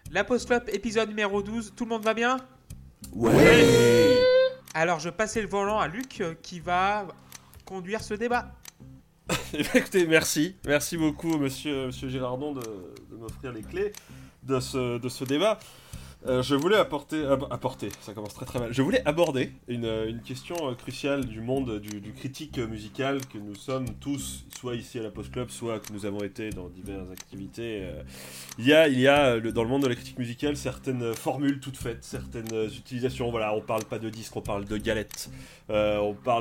La Post Club, épisode numéro 12, tout le monde va bien ? Ouais. Alors je passais le volant à Luc qui va conduire ce débat. Écoutez, merci beaucoup monsieur Girardon de m'offrir les clés de ce débat. Je voulais apporter, ça commence très mal. Je voulais aborder une question cruciale du monde du critique musical que nous sommes tous, soit ici à la Post Club, soit que nous avons été dans diverses activités. Il y a dans le monde de la critique musicale certaines formules toutes faites, certaines utilisations. Voilà, on parle pas de disques, on parle de galettes. On parle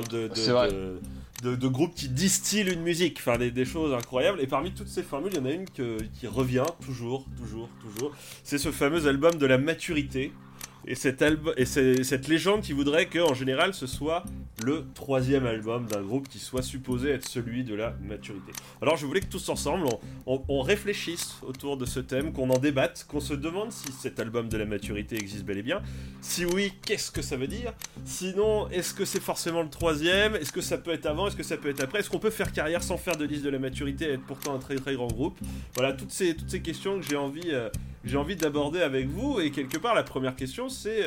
de groupes qui distillent une musique, enfin des choses incroyables. Et parmi toutes ces formules, il y en a une qui revient toujours. C'est ce fameux album de la maturité. Et cette légende qui voudrait qu'en général ce soit le 3e album d'un groupe qui soit supposé être celui de la maturité. Alors je voulais que tous ensemble on réfléchisse autour de ce thème, qu'on en débatte, qu'on se demande si cet album de la maturité existe bel et bien. Si oui, qu'est-ce que ça veut dire ? Sinon, est-ce que c'est forcément le 3e ? Est-ce que ça peut être avant ? Est-ce que ça peut être après ? Est-ce qu'on peut faire carrière sans faire de liste de la maturité et être pourtant un très très grand groupe ? Voilà, toutes ces questions que j'ai envie d'aborder avec vous. Et quelque part, la première question, c'est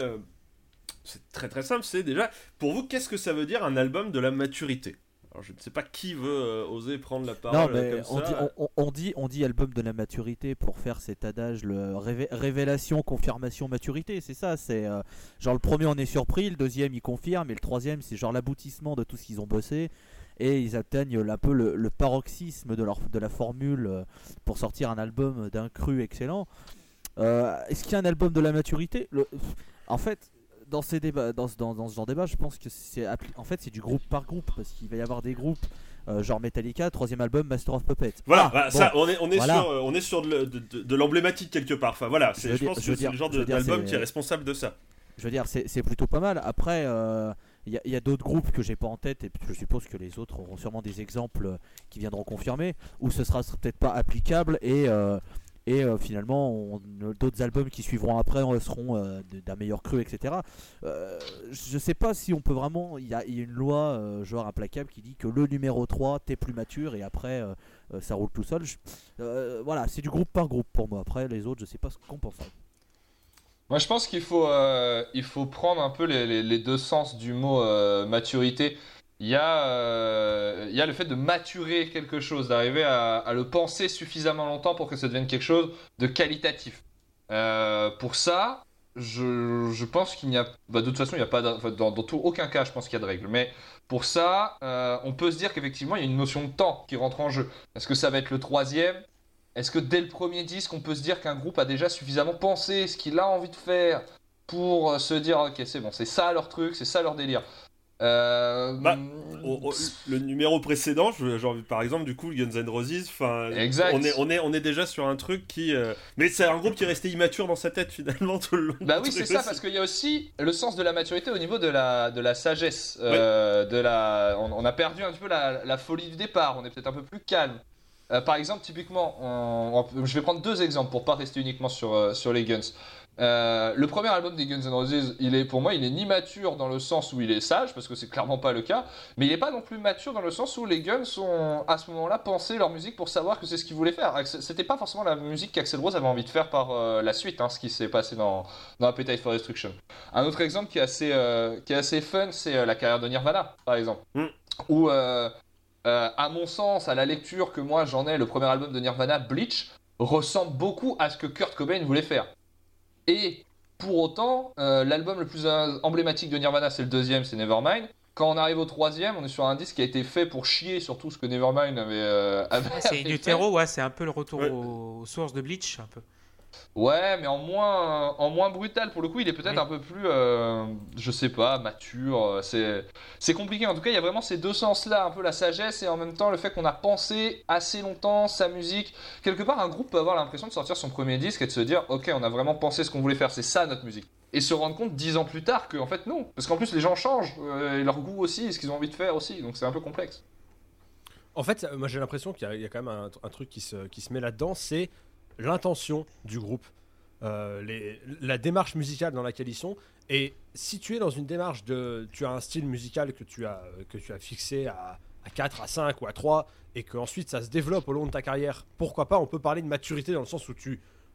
très très simple, c'est déjà, pour vous, qu'est-ce que ça veut dire un album de la maturité ? Alors je ne sais pas qui veut oser prendre la parole. Non, mais comme ça. on dit album de la maturité pour faire cet adage, le révélation, confirmation, maturité, c'est ça, c'est genre le premier on est surpris, le deuxième il confirme, et le troisième c'est genre l'aboutissement de tout ce qu'ils ont bossé, et ils atteignent un peu le paroxysme de la formule pour sortir un album d'un cru excellent. Est-ce qu'il y a un album de la maturité ? En fait, dans ces débats, dans ce genre de débat, je pense que c'est du groupe par groupe, parce qu'il va y avoir des groupes genre Metallica, 3e album, Master of Puppets. Voilà, bon, ça, on est voilà. sur de l'emblématique quelque part. Enfin voilà, je pense que c'est le genre d'album qui est responsable de ça. Je veux dire, c'est plutôt pas mal. Après, il y a d'autres groupes que j'ai pas en tête, et je suppose que les autres auront sûrement des exemples qui viendront confirmer, où ce sera peut-être pas applicable, et finalement d'autres albums qui suivront après seront d'un meilleur cru, etc. Je sais pas si on peut vraiment, il y a une loi genre implacable qui dit que le numéro 3 t'es plus mature, et après ça roule tout seul. Voilà, c'est du groupe par groupe pour moi. Après les autres, je sais pas ce qu'on pense. Moi, je pense qu'il faut prendre un peu les deux sens du mot maturité. Il y a le fait de maturer quelque chose, d'arriver à le penser suffisamment longtemps pour que ça devienne quelque chose de qualitatif. Pour ça, je pense qu'il n'y a... de toute façon, il n'y a pas... Dans aucun cas, je pense qu'il y a de règles. Mais pour ça, on peut se dire qu'effectivement, il y a une notion de temps qui rentre en jeu. Est-ce que ça va être le 3e ? Est-ce que dès le premier disque, on peut se dire qu'un groupe a déjà suffisamment pensé ce qu'il a envie de faire pour se dire ok, c'est bon, c'est ça leur truc, c'est ça leur délire. Le numéro précédent, genre par exemple du coup Guns N' Roses, exact. on est déjà sur un truc qui, mais c'est un groupe qui est resté immature dans sa tête finalement tout le long. Bah oui, c'est ça, parce qu'il y a aussi le sens de la maturité au niveau de la sagesse, Oui. on a perdu un petit peu la folie du départ, on est peut-être un peu plus calme. Par exemple, typiquement, je vais prendre 2 exemples pour pas rester uniquement sur les Guns. Le premier album des Guns N' Roses, pour moi, il est ni mature dans le sens où il est sage, parce que c'est clairement pas le cas, mais il est pas non plus mature dans le sens où les Guns ont à ce moment-là pensé leur musique pour savoir que c'est ce qu'ils voulaient faire. C'était pas forcément la musique qu'Axl Rose avait envie de faire par la suite, ce qui s'est passé dans Appetite for Destruction. Un autre exemple qui est assez fun, c'est la carrière de Nirvana, par exemple, où à mon sens, à la lecture que moi j'en ai, le premier album de Nirvana, Bleach, ressemble beaucoup à ce que Kurt Cobain voulait faire. Et pour autant, l'album le plus emblématique de Nirvana, c'est le 2e, c'est Nevermind. Quand on arrive au 3e, on est sur un disque qui a été fait pour chier sur tout ce que Nevermind avait C'est In Utero, fait. c'est un peu le retour aux sources de Bleach, un peu. Ouais, mais en moins brutal. Pour le coup, il est peut-être un peu plus, je sais pas, mature. C'est compliqué. En tout cas, il y a vraiment ces deux sens-là, un peu la sagesse et en même temps le fait qu'on a pensé assez longtemps sa musique. Quelque part, un groupe peut avoir l'impression de sortir son premier disque et de se dire, ok, on a vraiment pensé ce qu'on voulait faire, c'est ça notre musique. Et se rendre compte 10 ans plus tard qu'en fait non, parce qu'en plus les gens changent, et leur goût aussi, et ce qu'ils ont envie de faire aussi, donc c'est un peu complexe. En fait, moi j'ai l'impression qu'il y a quand même un truc qui se met là-dedans, c'est l'intention du groupe, la démarche musicale dans laquelle ils sont. Et si tu es dans une démarche tu as un style musical que tu as fixé à 4, à 5 ou à 3, et qu'ensuite ça se développe au long de ta carrière, pourquoi pas, on peut parler de maturité dans le sens où tu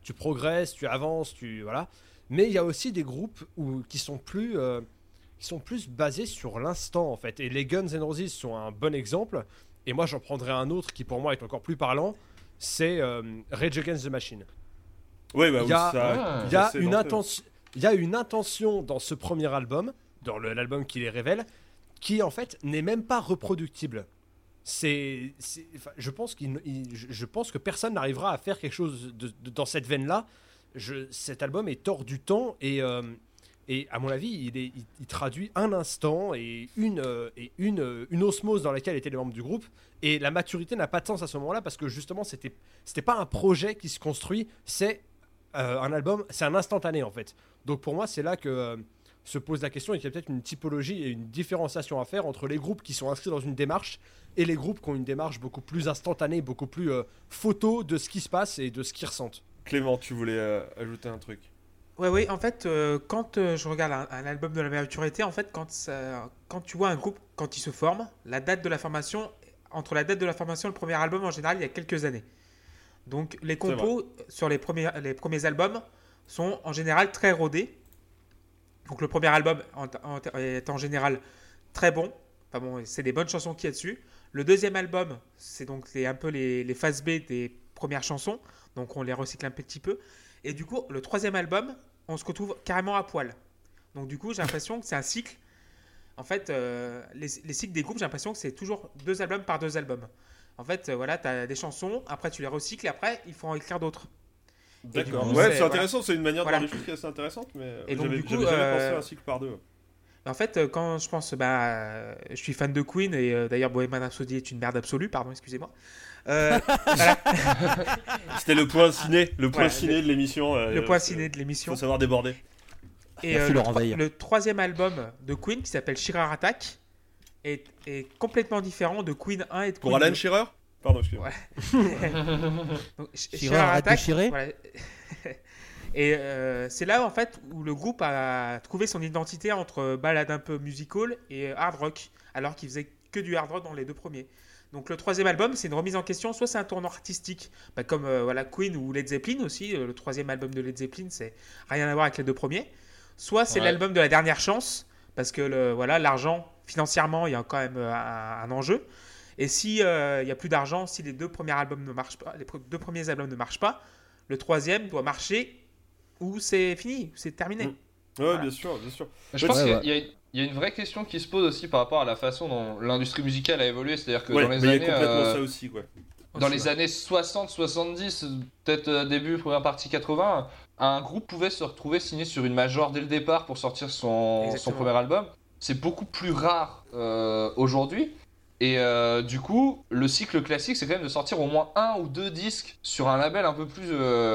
tu progresses, tu avances, voilà. Mais il y a aussi des groupes qui sont plus basés sur l'instant en fait. Et les Guns N' Roses sont un bon exemple. Et moi j'en prendrais un autre qui pour moi est encore plus parlant, c'est Rage Against the Machine. Ouais, bah Il oui, y a- ça. Il y a c'est une d'entrée. intention, il y a une intention dans ce premier album, dans l'album qui les révèle, qui en fait n'est même pas reproductible. Enfin, je pense que personne n'arrivera à faire quelque chose dans cette veine-là. Cet album est hors du temps et à mon avis, il traduit un instant et une osmose dans laquelle étaient les membres du groupe. Et la maturité n'a pas de sens à ce moment-là parce que justement, c'était pas un projet qui se construit, c'est un album, c'est un instantané en fait. Donc pour moi, c'est là que se pose la question et qu'il y a peut-être une typologie et une différenciation à faire entre les groupes qui sont inscrits dans une démarche et les groupes qui ont une démarche beaucoup plus instantanée, beaucoup plus photo de ce qui se passe et de ce qu'ils ressentent. Clément, tu voulais ajouter un truc. Oui, en fait, quand je regarde un album de la maturité, en fait, quand tu vois un groupe, quand il se forme, entre la date de la formation et le premier album, en général, il y a quelques années. Donc, les compos sur les premiers albums sont en général très rodés. Donc, le premier album est en général très bon. Enfin bon, c'est des bonnes chansons qu'il y a dessus. Le deuxième album, c'est donc un peu les phases B des premières chansons. Donc, on les recycle un petit peu. Et du coup, le troisième album, on se retrouve carrément à poil. Donc du coup, j'ai l'impression que c'est un cycle. En fait, les cycles des groupes, j'ai l'impression que c'est toujours 2 albums par 2 albums. En fait, voilà, tu as des chansons, après tu les recycles, et après, il faut en écrire d'autres. D'accord. du coup, Ouais, c'est- c'est intéressant, c'est une manière Voilà. de voir les choses qui est assez intéressante, mais Et donc, j'avais du coup, j'avais jamais pensé à un cycle par deux. En fait, quand je pense, je suis fan de Queen, et d'ailleurs, Bohemian Rhapsody est une merde absolue, pardon, excusez-moi. Voilà, C'était le point ciné, Voilà, ciné de l'émission. le point ciné de l'émission. Faut savoir déborder. Et Merci, Laurent Veil. le troisième album de Queen, qui s'appelle Shearer Attack, est complètement différent de Queen 1 et de Pour Queen Alan 2. Shearer Pardon, excusez-moi. Donc, Shearer arrête de chirer. voilà. Et c'est là en fait où le groupe a trouvé son identité entre ballade un peu musical et hard rock, alors qu'il faisait que du hard rock dans les 2 premiers. Donc le troisième album, c'est une remise en question, soit c'est un tournant artistique, comme voilà, Queen ou Led Zeppelin aussi. Le troisième album de Led Zeppelin, c'est rien à voir avec les 2 premiers. Soit c'est Ouais. l'album de la dernière chance, parce que voilà, l'argent, financièrement, il y a quand même un enjeu. Et si il y a plus d'argent, si les 2 premiers albums ne marchent pas, les 2 premiers albums ne marchent pas, le troisième doit marcher ou c'est fini, c'est terminé. Ouais, Voilà. bien sûr, bien sûr. Je pense Ouais, qu'il y a une vraie question qui se pose aussi par rapport à la façon dont l'industrie musicale a évolué. C'est-à-dire que Ouais, dans mais les il y a années, complètement ça aussi, quoi. dans les années 60-70, peut-être début, première partie 80, un groupe pouvait se retrouver signé sur une major dès le départ pour sortir son Exactement. premier album. C'est beaucoup plus rare aujourd'hui. Et du coup, le cycle classique, c'est quand même de sortir au moins 1 ou 2 disques sur un label un peu plus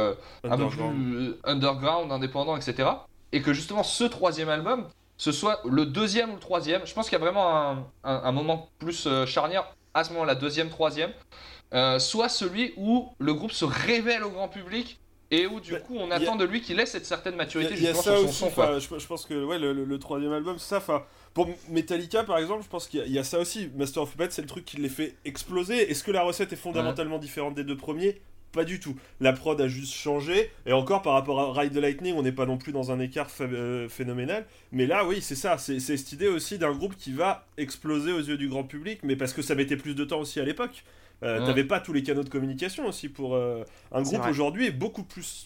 underground, indépendant, etc. Et que justement, ce troisième album, ce soit le deuxième ou le troisième. Je pense qu'il y a vraiment un moment plus charnière à ce moment-là, deuxième, troisième. Soit celui où le groupe se révèle au grand public et où du Bah, coup on y a- attend de lui qu'il ait cette certaine Il maturité y a justement ça sur son aussi, son. Quoi. je pense que ouais, le troisième album, c'est ça. Enfin, pour Metallica, par exemple, je pense qu'il y a ça aussi. Master of Puppets, c'est le truc qui les fait exploser. Est-ce que la recette est fondamentalement différente des 2 premiers ? Pas du tout. La prod a juste changé. Et encore, par rapport à Ride the Lightning, on n'est pas non plus dans un écart phénoménal. Mais là, oui, c'est ça. C'est cette idée aussi d'un groupe qui va exploser aux yeux du grand public. Mais parce que ça mettait plus de temps aussi à l'époque. T'avais pas tous les canaux de communication aussi pour... un C'est groupe vrai. aujourd'hui est beaucoup plus...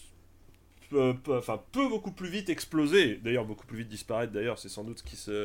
peut beaucoup plus vite exploser, d'ailleurs beaucoup plus vite disparaître, d'ailleurs c'est sans doute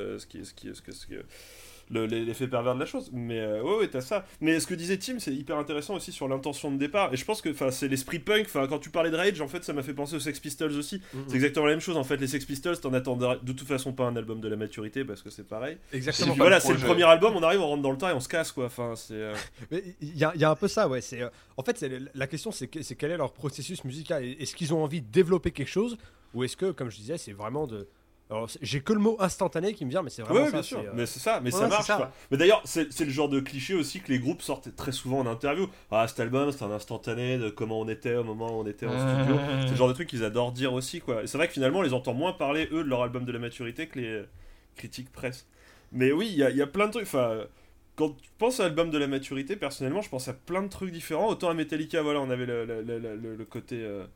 l'effet pervers de la chose, mais ouais, t'as ça. Mais ce que disait Tim, c'est hyper intéressant aussi sur l'intention de départ, et je pense que c'est l'esprit punk, quand tu parlais de Rage, en fait ça m'a fait penser aux Sex Pistols aussi, c'est exactement la même chose, en fait les Sex Pistols, t'en attendrais de toute façon pas un album de la maturité, parce que c'est pareil. Et Exactement. puis pas voilà, le c'est le projet. premier album, on arrive, on rentre dans le tas et on se casse, quoi, enfin c'est... Mais il y a un peu ça, ouais. En fait, la question, c'est quel est leur processus musical. Est-ce qu'ils ont envie de développer quelque chose ou est-ce que, comme je disais, c'est vraiment de... Alors, j'ai que le mot instantané qui me vient, mais c'est vraiment Ouais, ça. bien sûr, c'est, mais c'est ça, mais ouais, ça c'est marche. ça. Quoi. Mais d'ailleurs, c'est le genre de cliché aussi que les groupes sortent très souvent en interview. Ah, cet album, c'est un instantané de comment on était au moment où on était en studio. C'est le genre de truc qu'ils adorent dire aussi, quoi. Et c'est vrai que finalement, on les entend moins parler, eux, de leur album de la maturité que les critiques presse. Mais oui, il y a plein de trucs. Enfin, quand tu penses à l'album de la maturité, personnellement, je pense à plein de trucs différents. Autant à Metallica, voilà, on avait le côté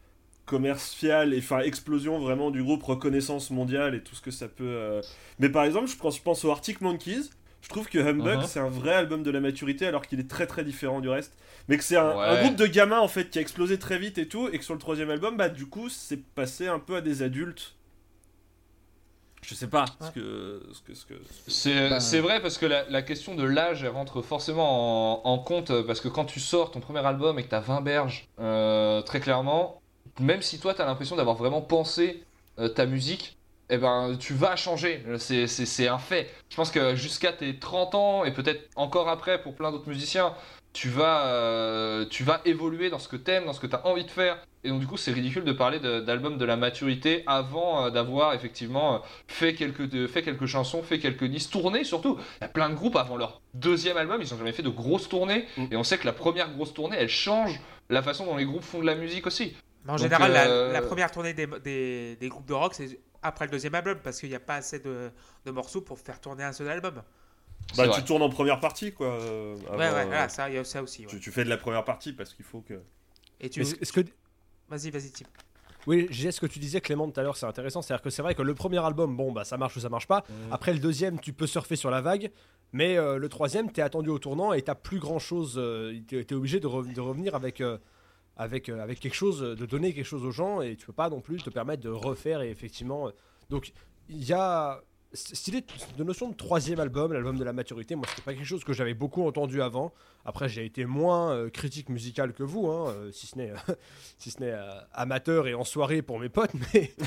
commercial et enfin explosion vraiment du groupe, reconnaissance mondiale et tout ce que ça peut. Mais par exemple, je pense aux Arctic Monkeys. Je trouve que Humbug, c'est un vrai album de la maturité alors qu'il est très très différent du reste. Mais que c'est un groupe de gamins en fait qui a explosé très vite et tout, et que sur le troisième album, bah du coup, c'est passé un peu à des adultes. Je sais pas C'est vrai parce que la question de l'âge elle rentre forcément en compte parce que quand tu sors ton premier album et que t'as 20 berges, très clairement, même si toi t'as l'impression d'avoir vraiment pensé ta musique, eh ben tu vas changer, c'est un fait. Je pense que jusqu'à tes 30 ans et peut-être encore après pour plein d'autres musiciens, tu vas évoluer dans ce que t'aimes, dans ce que t'as envie de faire. Et donc du coup c'est ridicule de parler d'album de la maturité avant d'avoir effectivement fait quelques chansons, fait quelques disques, tournées surtout. Il y a plein de groupes avant leur deuxième album, ils n'ont jamais fait de grosses tournées. Et on sait que la première grosse tournée, elle change la façon dont les groupes font de la musique aussi. Mais en général, la première tournée des groupes de rock, c'est après le deuxième album, parce qu'il n'y a pas assez de morceaux pour faire tourner un seul album. Bah tu tournes en première partie quoi. Voilà, ça, il y a ça aussi. Ouais. Tu fais de la première partie parce qu'il faut que... Et Vas-y, Tim. Oui, j'ai ce que tu disais Clément tout à l'heure, c'est intéressant, c'est-à-dire que c'est vrai que le premier album, bon bah ça marche ou ça marche pas. Après le deuxième, tu peux surfer sur la vague, mais le troisième, t'es attendu au tournant et t'as plus grand-chose, t'es obligé de revenir avec quelque chose, de donner quelque chose aux gens, et tu peux pas non plus te permettre de refaire. Et effectivement, donc il y a cette idée de notion de troisième album, l'album de la maturité. Moi, c'était pas quelque chose que j'avais beaucoup entendu avant. Après, j'ai été moins critique musical que vous, hein, si ce n'est amateur et en soirée pour mes potes,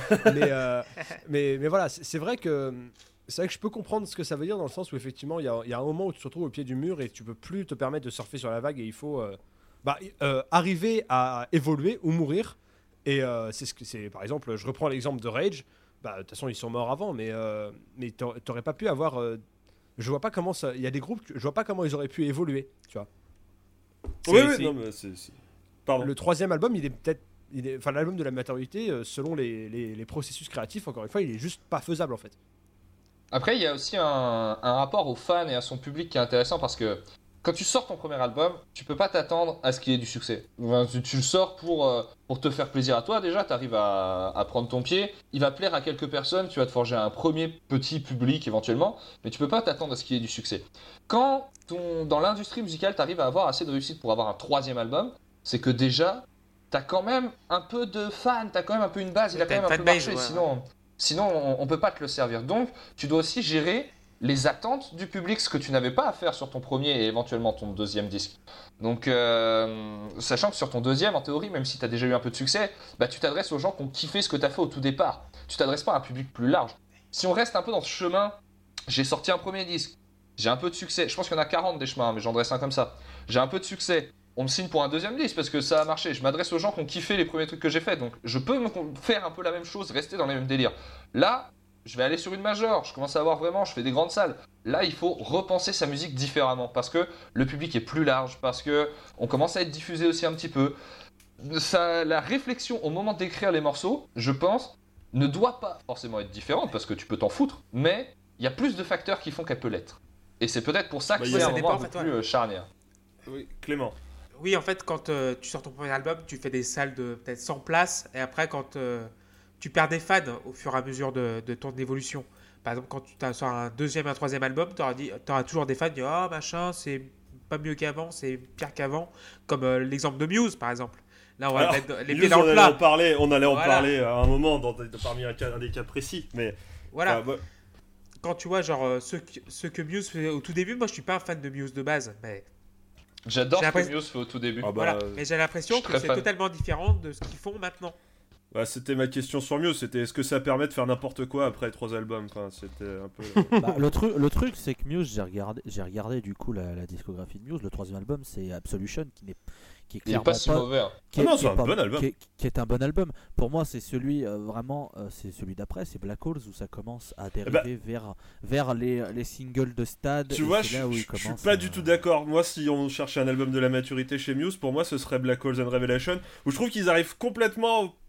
mais voilà, c'est vrai que je peux comprendre ce que ça veut dire, dans le sens où effectivement il y a un moment où tu te retrouves au pied du mur et tu peux plus te permettre de surfer sur la vague, et il faut arriver à évoluer ou mourir. Et c'est par exemple, je reprends l'exemple de Rage. Bah de toute façon ils sont morts avant, mais t'aurais pas pu avoir. Je vois pas comment ça. Il y a des groupes, je vois pas comment ils auraient pu évoluer, tu vois. Non mais c'est... Pardon. Le troisième album, enfin l'album de la maturité, selon les processus créatifs, encore une fois, il est juste pas faisable en fait. Après, il y a aussi un rapport aux fans et à son public qui est intéressant, parce que quand tu sors ton premier album, tu peux pas t'attendre à ce qu'il y ait du succès. Enfin, tu le sors pour te faire plaisir à toi. Déjà, tu arrives à prendre ton pied. Il va plaire à quelques personnes. Tu vas te forger un premier petit public éventuellement. Mais tu peux pas t'attendre à ce qu'il y ait du succès. Quand dans l'industrie musicale, tu arrives à avoir assez de réussite pour avoir un troisième album, c'est que déjà, tu as quand même un peu de fans. Tu as quand même un peu une base. Il a quand même un peu marché. Sinon, on peut pas te le servir. Donc, tu dois aussi gérer les attentes du public, ce que tu n'avais pas à faire sur ton premier et éventuellement ton deuxième disque. Donc, sachant que sur ton deuxième, en théorie, même si tu as déjà eu un peu de succès, bah, tu t'adresses aux gens qui ont kiffé ce que tu as fait au tout départ. Tu t'adresses pas à un public plus large. Si on reste un peu dans ce chemin, j'ai sorti un premier disque, j'ai un peu de succès, je pense qu'il y en a 40 des chemins, mais j'en dresse un comme ça. J'ai un peu de succès, on me signe pour un deuxième disque parce que ça a marché. Je m'adresse aux gens qui ont kiffé les premiers trucs que j'ai fait, donc je peux faire un peu la même chose, rester dans les mêmes délires. Là, je vais aller sur une major, je commence à avoir vraiment, je fais des grandes salles. Là, il faut repenser sa musique différemment parce que le public est plus large, parce que on commence à être diffusé aussi un petit peu. La réflexion au moment d'écrire les morceaux, je pense, ne doit pas forcément être différente parce que tu peux t'en foutre, mais il y a plus de facteurs qui font qu'elle peut l'être. Et c'est peut-être pour ça que c'est un moment un peu plus charnière. Oui, Clément. Oui, en fait, quand tu sors ton premier album, tu fais des salles de peut-être 100 places, et après, quand tu perds des fans au fur et à mesure de ton évolution. Par exemple, quand tu sors un deuxième et un troisième album, tu auras toujours des fans qui disent « Oh, machin, c'est pas mieux qu'avant, c'est pire qu'avant. » Comme l'exemple de Muse, par exemple. Là, on va mettre les pieds dans le plat. On allait en parler à un moment, parmi un des cas précis. Mais, voilà. Quand tu vois, genre, ce que Muse faisait au tout début, moi, je suis pas un fan de Muse de base, mais... J'adore ce que Muse fait au tout début. Voilà. Mais j'ai l'impression que c'est totalement différent de ce qu'ils font maintenant. Bah, c'était ma question sur Muse, c'était est-ce que ça permet de faire n'importe quoi après 3 albums, enfin, c'était un peu... le truc c'est que Muse, j'ai regardé du coup la discographie de Muse, le troisième album c'est Absolution qui est clairement pas si mauvais. C'est un bon album. Qui est un bon album. Pour moi c'est celui c'est celui d'après, c'est Black Holes où ça commence à dériver vers les singles de stade. Tu vois, je suis pas du tout d'accord. Moi, si on cherchait un album de la maturité chez Muse, pour moi ce serait Black Holes and Revelation, où je trouve qu'ils arrivent complètement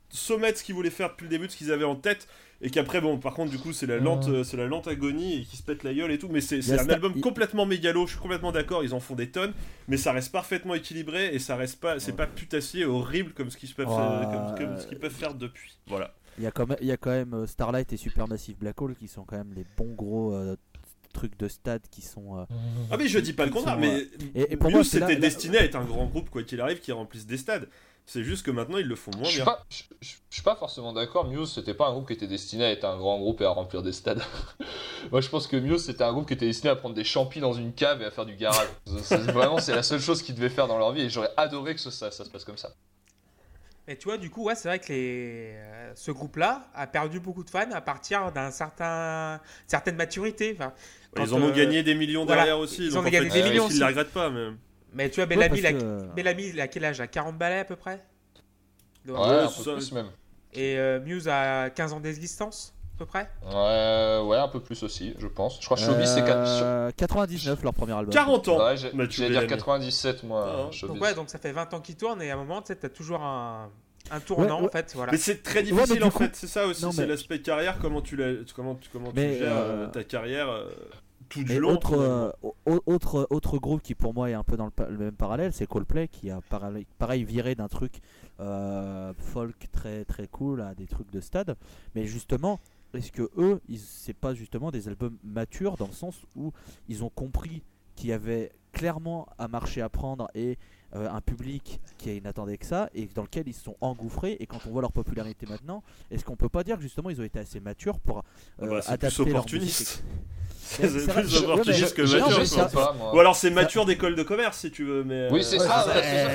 sommet de ce qu'ils voulaient faire depuis le début, de ce qu'ils avaient en tête, et qu'après, bon, par contre, du coup, c'est la lente agonie et qui se pète la gueule et tout, mais c'est un album complètement mégalo, je suis complètement d'accord, ils en font des tonnes, mais ça reste parfaitement équilibré et ça reste pas, c'est pas putassier et horrible comme ce qu'ils peuvent, comme ce qu'ils peuvent faire depuis. Voilà. Il y a quand même Starlight et Supermassive Black Hole qui sont quand même les bons gros trucs de stade qui sont. Ah mais je dis pas le contraire, mais et pour Muse moi c'était destiné à être un grand groupe quoi qu'il arrive qui remplisse des stades. C'est juste que maintenant ils le font moins bien. Je suis pas forcément d'accord. Muse c'était pas un groupe qui était destiné à être un grand groupe et à remplir des stades. Moi je pense que Muse c'était un groupe qui était destiné à prendre des champis dans une cave et à faire du garage. C'est la seule chose qu'ils devaient faire dans leur vie et j'aurais adoré que ça se passe comme ça. Et tu vois, du coup, ouais, c'est vrai que ce groupe-là a perdu beaucoup de fans à partir certaine maturité. Enfin, ils en ont gagné des millions derrière aussi. Ils en ont gagné des millions aussi. Ils ne la regrettent pas. Mais tu vois, Bellamy, il a quel âge? À 40 balais à peu près? Ouais, un peu plus même. Et Muse a 15 ans d'existence à peu près? Ouais, un peu plus aussi, je pense. Je crois que Showbiz c'est 99 leur premier album. 40 ans. Ouais, j'allais dire 97 moi. Donc ça fait 20 ans qu'ils tournent et à un moment, tu sais, t'as toujours un tournant en fait. Voilà. Mais c'est très difficile en fait, c'est ça aussi, c'est l'aspect carrière, comment tu gères ta carrière tout du long. Autre groupe qui pour moi est un peu dans le même parallèle, c'est Coldplay qui a pareil viré d'un truc folk très très cool à des trucs de stade, mais justement est-ce que eux c'est pas justement des albums matures dans le sens où ils ont compris qu'il y avait clairement un marché à prendre et un public qui n'attendait que ça et dans lequel ils se sont engouffrés, et quand on voit leur popularité maintenant, est-ce qu'on peut pas dire que justement ils ont été assez matures pour adapter leur musique? C'est plus opportuniste que mature. Ou alors c'est mature d'école de commerce si tu veux. Mais oui, c'est ça.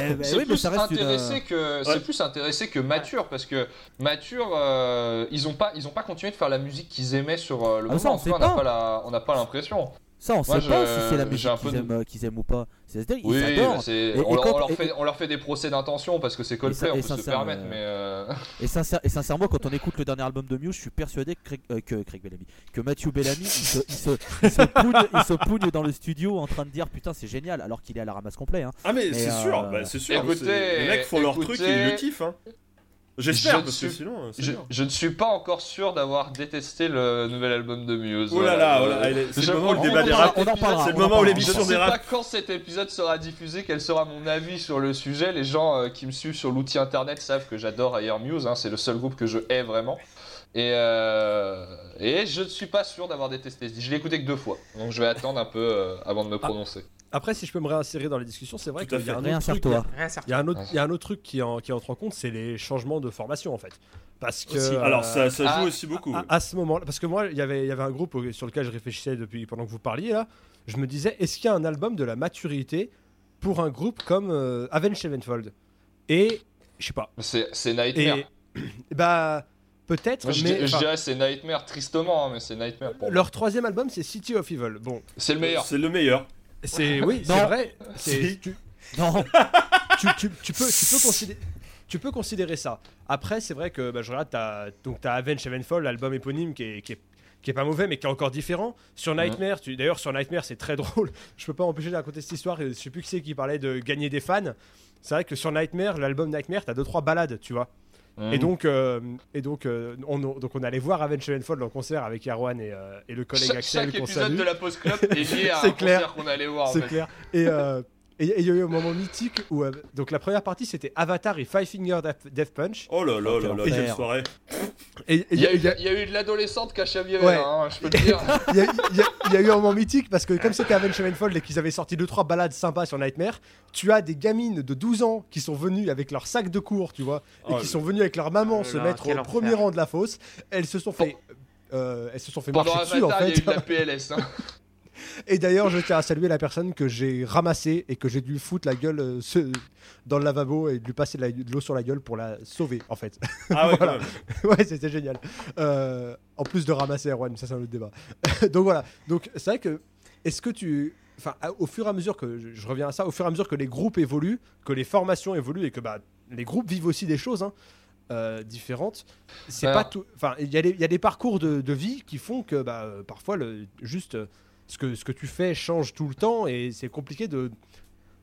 C'est plus intéressé que mature, parce que mature, ils ont pas continué de faire la musique qu'ils aimaient sur le moment. En tout cas, on n'a pas l'impression. Ça, on sait pas si c'est la musique qu'ils aiment ou pas. C'est-à-dire, ils adorent. On leur fait des procès d'intention parce que c'est Coldplay, on peut se permettre. Et sincèrement, quand on écoute le dernier album de Muse, je suis persuadé que Matthew Bellamy, il se pougne dans le studio en train de dire putain, c'est génial, alors qu'il est à la ramasse complet. Hein. Ah, mais c'est sûr, c'est sûr. Les mecs font leur truc et ils le kiffent. Hein. J'espère, parce que sinon. Je ne suis pas encore sûr d'avoir détesté le nouvel album de Muse. Oh là là, c'est le moment où le débat dérape. C'est le moment où l'émission dérape. Je ne sais pas quand cet épisode sera diffusé, quel sera mon avis sur le sujet. Les gens qui me suivent sur l'outil internet savent que j'adore Air Muse. C'est le seul groupe que je hais vraiment. Et je ne suis pas sûr d'avoir détesté. Je l'ai écouté que 2 fois. Donc je vais attendre un peu avant de me prononcer. Après, si je peux me réinsérer dans les discussions, c'est vrai qu'il y a un autre truc qui entre en compte, c'est les changements de formation en fait. Parce que alors ça joue aussi beaucoup. À ce moment-là, parce que moi, il y avait un groupe sur lequel je réfléchissais depuis pendant que vous parliez là. Je me disais, est-ce qu'il y a un album de la maturité pour un groupe comme Avenged Sevenfold? Et je sais pas. C'est Nightmare. Bah peut-être. Je dirais c'est Nightmare tristement, mais c'est Nightmare. Leur 3e album, c'est City of Evil. Bon, c'est le meilleur. C'est le meilleur. Oui, c'est vrai. Non. Tu peux considérer ça. Après, c'est vrai que je regarde, t'as Avenged Sevenfold, l'album éponyme qui est pas mauvais, mais qui est encore différent. Sur Nightmare, d'ailleurs sur Nightmare, c'est très drôle. Je peux pas m'empêcher de raconter cette histoire. Je sais plus qui parlait de gagner des fans. C'est vrai que sur Nightmare, l'album Nightmare, t'as 2-3 balades, tu vois. Et donc on allait voir Avenged Sevenfold en concert avec Erwan et le collègue Axel. Chaque épisode de la Pause Club est lié à un concert qu'on allait voir. C'est clair. Et il y a eu un moment mythique où donc la première partie c'était Avatar et Five Finger Death Punch. Oh là là là là, quelle soirée. Il y a eu de l'adolescente qui a chaviré, je peux te dire. Il y a eu un moment mythique parce que comme c'était Avenged Sevenfold et qu'ils avaient sorti 2-3 balades sympas sur Nightmare, tu as des gamines de 12 ans qui sont venues avec leur sac de cours, tu vois, et qui sont venues avec leur maman se mettre au premier rang de la fosse. Elles se sont fait marcher dessus en fait. Il y a eu de la PLS. Et d'ailleurs, je tiens à saluer la personne que j'ai ramassée et que j'ai dû foutre la gueule dans le lavabo et lui passer de l'eau sur la gueule pour la sauver, en fait. Ah ouais, voilà. Ouais, c'était génial. En plus de ramasser Erwan, ça c'est un autre débat. Donc voilà. Donc c'est vrai que, est-ce que au fur et à mesure que, je reviens à ça, au fur et à mesure que les groupes évoluent, que les formations évoluent et que les groupes vivent aussi des choses, différentes. C'est pas tout. Enfin, il y a des parcours de vie qui font que parfois juste ce que tu fais change tout le temps et c'est compliqué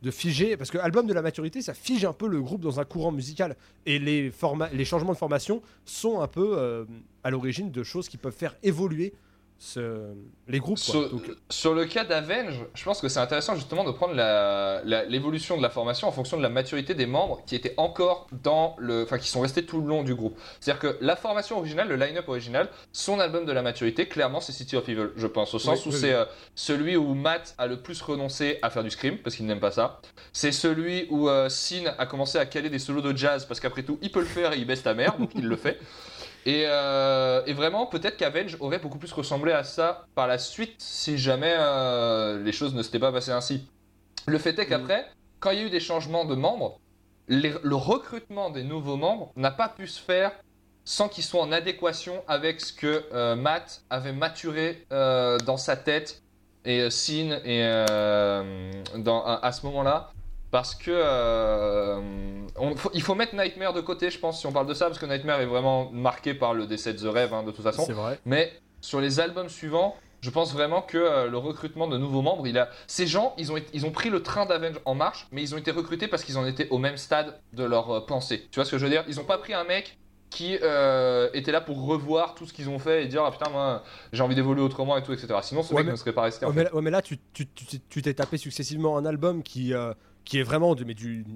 figer, parce que album de la maturité, ça fige un peu le groupe dans un courant musical. Et les changements de formation sont un peu à l'origine de choses qui peuvent faire évoluer les groupes. Sur le cas d'Avenge, je pense que c'est intéressant justement de prendre l'évolution de la formation en fonction de la maturité des membres qui étaient encore qui sont restés tout le long du groupe. C'est-à-dire que la formation originale, le line-up original, son album de la maturité, clairement c'est City of Evil, je pense, au sens où c'est celui où Matt a le plus renoncé à faire du scream parce qu'il n'aime pas ça. C'est celui où Sin a commencé à caler des solos de jazz parce qu'après tout il peut le faire et il baisse ta mère, donc il le fait. Et vraiment, peut-être qu'Avenge aurait beaucoup plus ressemblé à ça par la suite si jamais les choses ne s'étaient pas passées ainsi. Le fait est qu'après, quand il y a eu des changements de membres, le recrutement des nouveaux membres n'a pas pu se faire sans qu'ils soient en adéquation avec ce que Matt avait maturé dans sa tête et Sin à ce moment-là. Parce que il faut mettre Nightmare de côté, je pense, si on parle de ça, parce que Nightmare est vraiment marqué par le décès de The Rev, de toute façon. C'est vrai. Mais sur les albums suivants, je pense vraiment que le recrutement de nouveaux membres, ces gens, ils ont pris le train d'Avenge en marche, mais ils ont été recrutés parce qu'ils en étaient au même stade de leur pensée. Tu vois ce que je veux dire ? Ils n'ont pas pris un mec qui était là pour revoir tout ce qu'ils ont fait et dire ah putain moi j'ai envie d'évoluer autrement et tout, etc. Sinon ce mec ne serait pas resté. Mais là tu t'es tapé successivement un album qui est vraiment de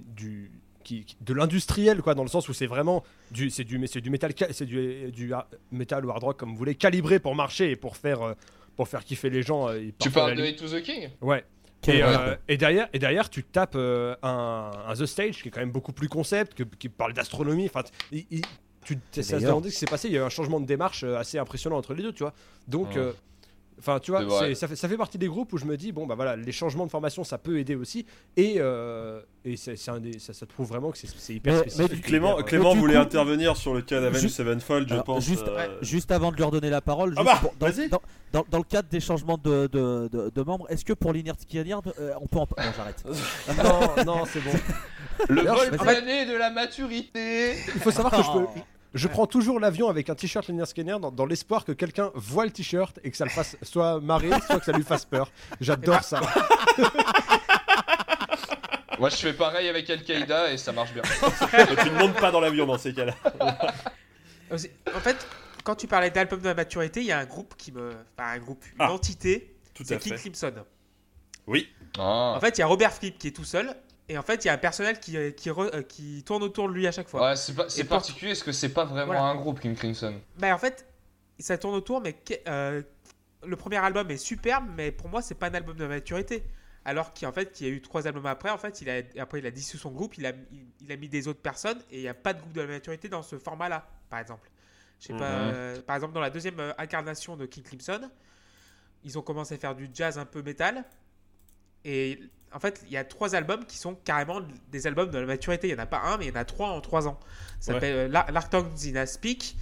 l'industriel, quoi, dans le sens où c'est vraiment du métal, c'est du métal ou hard rock comme vous voulez, calibré pour marcher et pour faire kiffer les gens. Tu parles de Hate to the King ? Ouais. Et derrière tu tapes un The Stage qui est quand même beaucoup plus concept, qui parle d'astronomie. Enfin, ça se demandait ce qui s'est passé. Il y a eu un changement de démarche assez impressionnant entre les deux, tu vois. Donc enfin, tu vois, ça fait partie des groupes où je me dis, bon, bah voilà, les changements de formation, ça peut aider aussi. Et ça te prouve vraiment que c'est hyper spécifique. Clément voulait intervenir sur le cas d'Avenged Sevenfold, je pense. Juste avant de lui redonner la parole, vas-y. Dans le cadre des changements de membres, est-ce que pour Lynyrd Skynyrd, on peut en parler ? Non, j'arrête. non, c'est bon. Le vol plané de la maturité. Il faut savoir que je prends toujours l'avion avec un t-shirt Lynyrd Skynyrd dans l'espoir que quelqu'un voit le t-shirt et que ça le fasse soit marrer, soit que ça lui fasse peur. J'adore ça. Moi, je fais pareil avec Al-Qaïda et ça marche bien. Et tu ne montes pas dans l'avion dans ces cas-là. En fait, quand tu parlais d'album de la maturité, il y a un groupe une entité, c'est King Crimson. Oui. En fait, il y a Robert Fripp qui est tout seul. Et en fait, il y a un personnel qui tourne autour de lui à chaque fois. Ouais, c'est particulier parce que c'est pas vraiment un groupe, King Crimson. Bah, en fait, ça tourne autour, mais le premier album est superbe, mais pour moi, c'est pas un album de maturité. Alors qu'il y a eu 3 albums après, en fait, il a dissous son groupe, il a mis des autres personnes, et il n'y a pas de groupe de la maturité dans ce format-là, par exemple. Je sais pas, par exemple, dans la deuxième incarnation de King Crimson, ils ont commencé à faire du jazz un peu métal, et en fait, il y a 3 albums qui sont carrément des albums de la maturité. Il n'y en a pas un, mais il y en a 3 en 3 ans. Ça s'appelle L'Arctons in a Speak,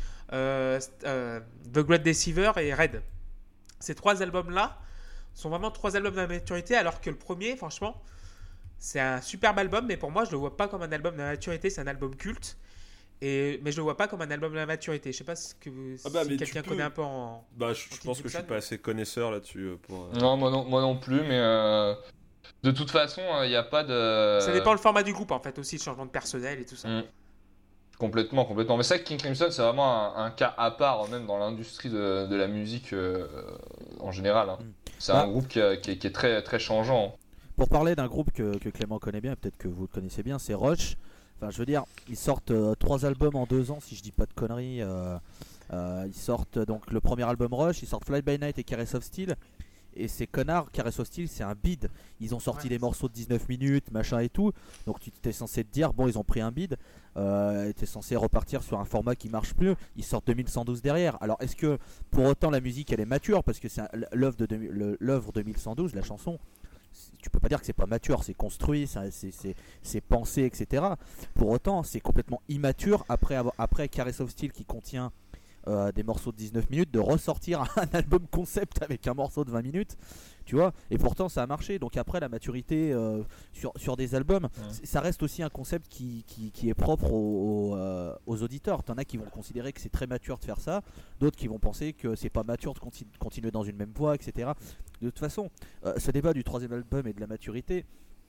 The Great Deceiver et Red. Ces 3 albums-là sont vraiment 3 albums de la maturité, alors que le premier, franchement, c'est un superbe album, mais pour moi, je le vois pas comme un album de la maturité, c'est un album culte. Mais je le vois pas comme un album de la maturité. Je sais pas si quelqu'un connaît un peu en. Je pense que je suis pas assez connaisseur là-dessus pour. Non, moi non plus, mais de toute façon, il n'y a pas de. Ça dépend le format du groupe en fait, aussi le changement de personnel et tout ça. Complètement. Mais c'est vrai que King Crimson, c'est vraiment un cas à part, même dans l'industrie de la musique en général. C'est un groupe qui est très, très changeant. Pour parler d'un groupe que Clément connaît bien, peut-être que vous le connaissez bien, c'est Rush. Enfin, je veux dire, ils sortent 3 albums en 2 ans, si je dis pas de conneries. Ils sortent donc le premier album Rush, ils sortent Fly By Night et Caress of Steel. Et ces connards, Caress of Steel, c'est un bid. Ils ont sorti des morceaux de 19 minutes, machin et tout. Donc tu étais censé te dire, bon, ils ont pris un bid. T'es censé repartir sur un format qui marche plus. Ils sortent 2112 derrière. Alors est-ce que pour autant la musique elle est mature ? Parce que c'est l'œuvre 2112, la chanson. Tu peux pas dire que c'est pas mature, c'est construit, c'est pensé, etc. Pour autant, c'est complètement immature après Caress of Steel qui contient des morceaux de 19 minutes, de ressortir un album concept avec un morceau de 20 minutes, tu vois, et pourtant ça a marché. Donc après, la maturité sur des albums, ça reste aussi un concept qui est propre aux auditeurs. T'en as qui vont considérer que c'est très mature de faire ça, d'autres qui vont penser que c'est pas mature de continuer dans une même voie, etc. De toute façon, ce débat du 3e album et de la maturité,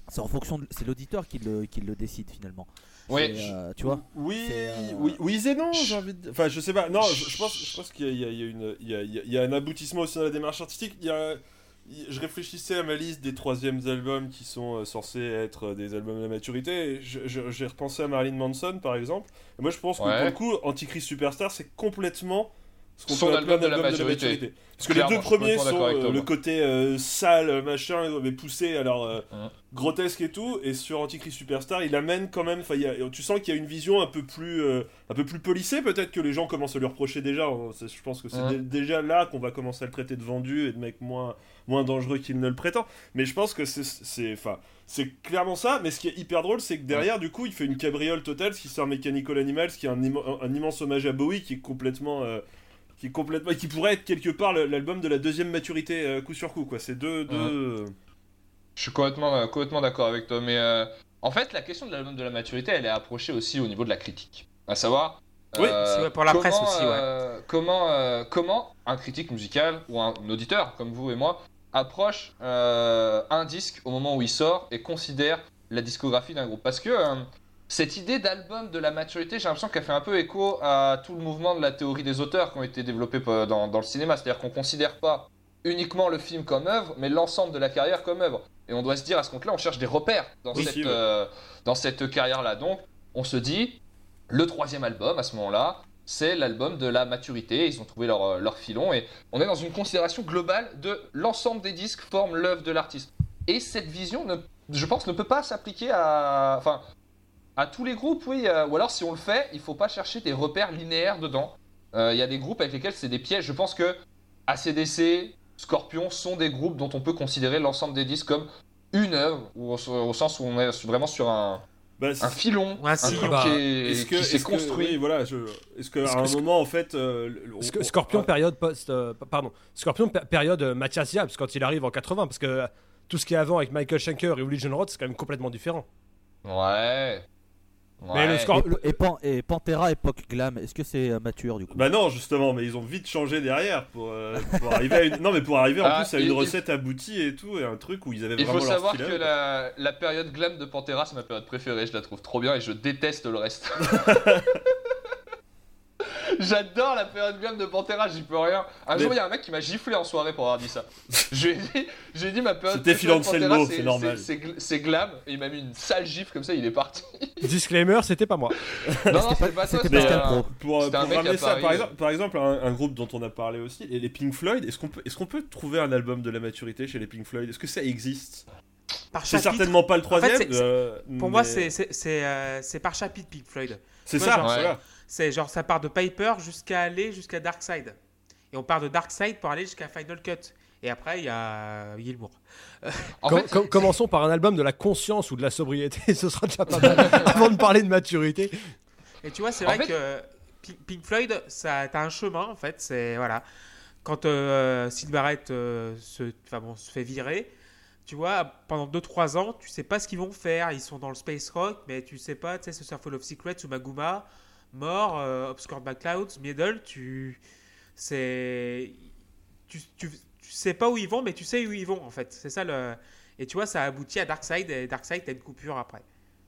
c'est en fonction c'est l'auditeur qui le décide finalement. Oui. Tu vois. Oui, C'est, oui et non, j'ai envie de... Enfin, je sais pas. Non, je pense qu'il y a un aboutissement aussi dans la démarche artistique. Je réfléchissais à ma liste des 3e albums qui sont censés être des albums de la maturité. Et j'ai repensé à Marilyn Manson, par exemple. Et moi, je pense que pour le coup, Antichrist Superstar, c'est complètement ce qu'on peut appeler un album de la maturité. Parce que Clairement, les deux premiers sont le toi. côté sale, machin, mais poussé, alors grotesque et tout. Et sur Antichrist Superstar, il amène quand même. Tu sens qu'il y a une vision un peu plus polissée, peut-être que les gens commencent à lui reprocher déjà. Je pense que c'est déjà là qu'on va commencer à le traiter de vendu et de mec moins dangereux qu'il ne le prétend. Mais je pense que c'est clairement ça. Mais ce qui est hyper drôle, c'est que derrière, du coup, il fait une cabriole totale, ce qui sort Mechanical Animals, qui est un immense hommage à Bowie, qui pourrait être quelque part l'album de la 2e maturité coup sur coup, quoi. C'est deux. Je suis complètement d'accord avec toi, mais en fait, la question de l'album de la maturité, elle est approchée aussi au niveau de la critique. À savoir, Oui, c'est vrai, pour la presse aussi, ouais. Comment un critique musical ou un auditeur comme vous et moi approche un disque au moment où il sort et considère la discographie d'un groupe. Parce que cette idée d'album de la maturité, j'ai l'impression qu'elle fait un peu écho à tout le mouvement de la théorie des auteurs qui ont été développés dans le cinéma. C'est-à-dire qu'on ne considère pas uniquement le film comme œuvre, mais l'ensemble de la carrière comme œuvre. Et on doit se dire à ce compte-là, on cherche des repères dans cette carrière-là. Donc, on se dit, le 3e album, à ce moment-là, c'est l'album de la maturité. Ils ont trouvé leur filon. Et on est dans une considération globale de l'ensemble des disques forment l'œuvre de l'artiste. Et cette vision, je pense, ne peut pas s'appliquer à tous les groupes, oui. Ou alors, si on le fait, il ne faut pas chercher des repères linéaires dedans. Il y a des groupes avec lesquels c'est des pièges. Je pense que AC/DC, Scorpion sont des groupes dont on peut considérer l'ensemble des disques comme une œuvre, ou au sens où on est vraiment sur un filon, un truc qui s'est construit. Oui, voilà, est-ce qu'à un moment, en fait... Scorpion période Scorpion période Mathias Jabs, quand il arrive en 80, parce que tout ce qui est avant avec Michael Schenker et Religion Road, c'est quand même complètement différent. Ouais. Mais et Pantera époque glam, est-ce que c'est mature du coup? Bah non, justement, mais ils ont vite changé derrière pour arriver à une... Non, mais pour arriver en plus à une recette aboutie et tout, et un truc où ils avaient vraiment leur style. Il faut savoir que la période glam de Pantera, c'est ma période préférée, je la trouve trop bien et je déteste le reste. J'adore la période glam de Pantera, j'y peux rien. Un jour, il y a un mec qui m'a giflé en soirée pour avoir dit ça. J'ai dit ma période C'était préférée de Pantera, c'est normal. C'est glam, et il m'a mis une sale gifle comme ça, il est parti. Disclaimer, c'était pas moi. Non, c'était pas toi, c'était Pascal Pro. Pour ramener ça, par exemple un groupe dont on a parlé aussi, les Pink Floyd, est-ce qu'on peut trouver un album de la maturité chez les Pink Floyd? Est-ce que ça existe? C'est certainement pas le 3e. En fait, pour moi, c'est par chapitre Pink Floyd. C'est ça, voilà. C'est genre ça part de Piper jusqu'à Dark Side. Et on part de Dark Side pour aller jusqu'à Final Cut. Et après, il y a Gilmour. Commençons par un album de la conscience ou de la sobriété, ce sera déjà pas mal avant de parler de maturité. Et tu vois, c'est vrai que Pink Floyd, t'as un chemin en fait. C'est voilà. Quand Syd Barrett se fait virer, tu vois, pendant 2-3 ans, tu sais pas ce qu'ils vont faire. Ils sont dans le space rock, mais tu sais pas, tu sais, ce Circle of Secrets ou Maguma, Mort, Obscured by Clouds, Middle, tu sais pas où ils vont, mais tu sais où ils vont en fait. C'est ça le. Et tu vois, ça aboutit à Darkseid, et Darkseid, t'as une coupure après.